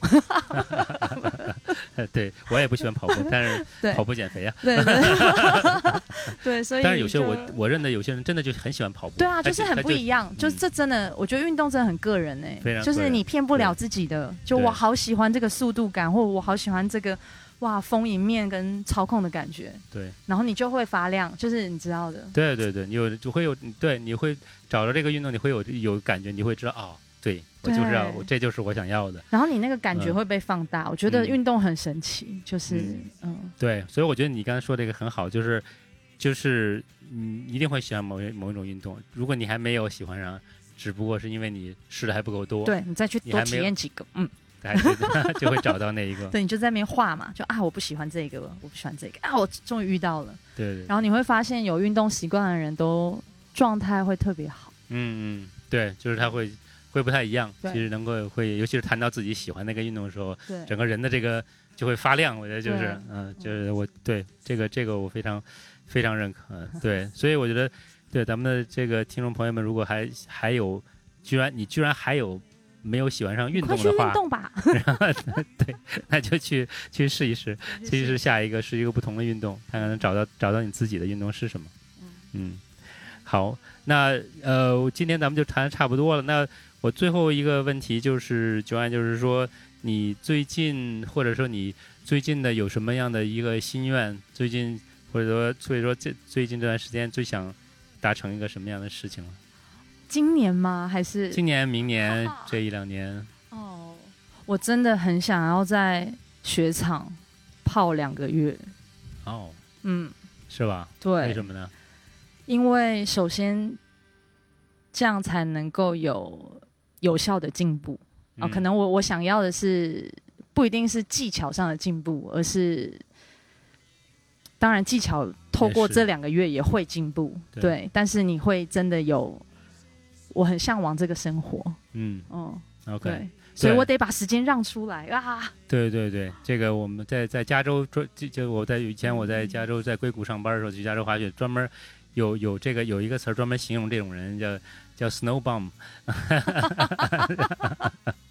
对，我也不喜欢跑步，但是跑步减肥啊。 对对对，所以但是有些我我认得有些人真的就很喜欢跑步。 对啊，就是很不一样，就, 就这真的，嗯、我觉得运动真的很个人哎、欸，就是你骗不了自己的。就我好喜欢这个速度感，或我好喜欢这个哇风迎面跟操控的感觉。 对， 然后你就会发亮，就是你知道的。 对对对，你有就会有对，你会找着这个运动，你会有有感觉，你会知道哦。对，我就是要，我这就是我想要的。 然后你那个感觉会被放大，嗯、我觉得运动很神奇，嗯、就是嗯, 嗯， 对，所以我觉得你刚才说这个很好，就是就是你一定会喜欢某一某一种运动，如果你还没有喜欢上，只不过是因为你试的还不够多， 对你再去多体验几个，嗯， 就会找到那一个。 对，你就在那边画嘛，就啊，我不喜欢这个，我不喜欢这个啊，我终于遇到了， 对, 对。 然后你会发现，有运动习惯的人都状态会特别好。 嗯嗯，对，就是他会。会不太一样，其实能够会，尤其是谈到自己喜欢那个运动的时候，整个人的这个就会发亮。我觉得就是，嗯、呃，就是我对这个这个我非常非常认可。嗯、对，所以我觉得，对咱们的这个听众朋友们，如果还还有，居然你居然还有没有喜欢上运动的话， 快去运动吧。 对，那就去去试一试，试一试下一个是一个不同的运动，看看能找到找到你自己的运动是什么。嗯嗯，好，那呃，今天咱们就谈的差不多了，那。我最后一个问题就是，Joanne，就是说，你最近或者说你最近的有什么样的一个心愿？最近或者说，所以说这最近这段时间最想达成一个什么样的事情了？ 今年吗？还是今年、明年这一两年？ 哦，我真的很想要在雪场泡两个月。 哦， 嗯， 是吧？ 对， 为什么呢？ 因为首先这样才能够有。有效的进步啊、呃，可能我我想要的是不一定是技巧上的进步，而是当然技巧透过这两个月也会进步，对, 对，但是你会真的有，我很向往这个生活，嗯嗯 ，OK， 对，所以我得把时间让出来啊。 对对对，这个我们在在加州，就就我在以前我在加州在硅谷上班的时候，去加州滑雪，专门有有这个有一个词专门形容这种人叫。叫 snow bum，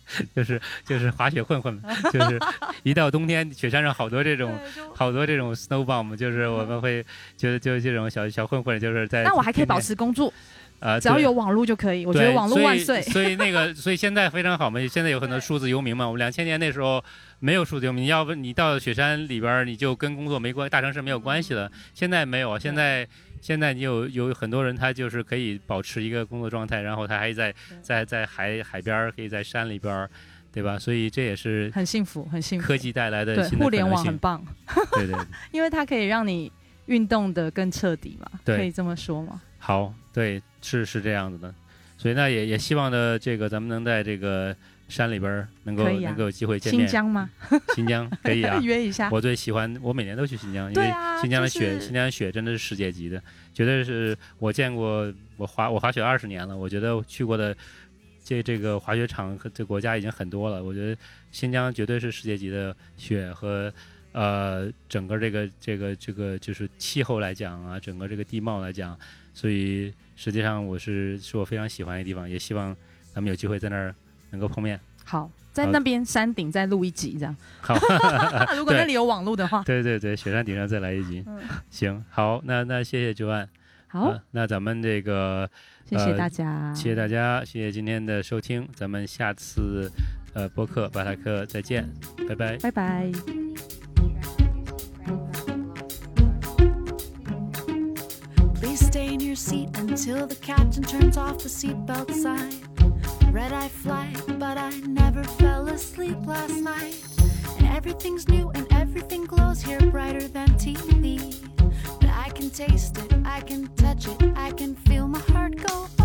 就是就是滑雪混混，就是一到冬天雪山上好多这种好多这种 snow bomb， 就是我们会就就这种小小混混，就是在。 但我还可以保持工作。 呃， 只要有网络就可以，我觉得网络万岁。 所以，所以那个，所以现在非常好嘛。现在有很多数字游民嘛。我们两千年那时候没有数字游民，要不你到雪山里边，你就跟工作没关，大城市没有关系了。现在没有，现在现在你有有很多人，他就是可以保持一个工作状态，然后他还在在在海海边，可以在山里边，对吧？所以这也是很幸福，很幸福。 科技带来的新的可能性， 对，互联网很棒。 对对， 因为它可以让你运动的更彻底嘛，可以这么说吗？ 好，对，是是这样子的，所以呢，也也希望的这个咱们能在这个山里边能够、啊、能够有机会见面。 新疆吗？ 新疆可以啊， 约一下。 我最喜欢，我每年都去新疆，因为新疆的雪， 啊就是、 新疆的雪真的是世界级的，绝对是我见过。我滑我滑雪二十年了，我觉得去过的这这个滑雪场和这国家已经很多了。我觉得新疆绝对是世界级的雪和。呃，整个这个这个这个就是气候来讲啊，整个这个地貌来讲，所以实际上我是是我非常喜欢的地方，也希望咱们有机会在那儿能够碰面。 好，在那边山顶再录一集这样。 好， 如果那里有网络的话。 对对对，雪山顶上再来一集。嗯、行，好，那那谢谢Joanne。 好、 呃，那咱们这个谢谢大家、 呃，谢谢大家，谢谢今天的收听，咱们下次呃播客巴塔克再见，拜拜， 拜拜。 Please stay in your seat until the captain turns off the seatbelt sign. Red-eye flight, but I never fell asleep last night. And everything's new and everything glows here brighter than T V. But I can taste it, I can touch it, I can feel my heart go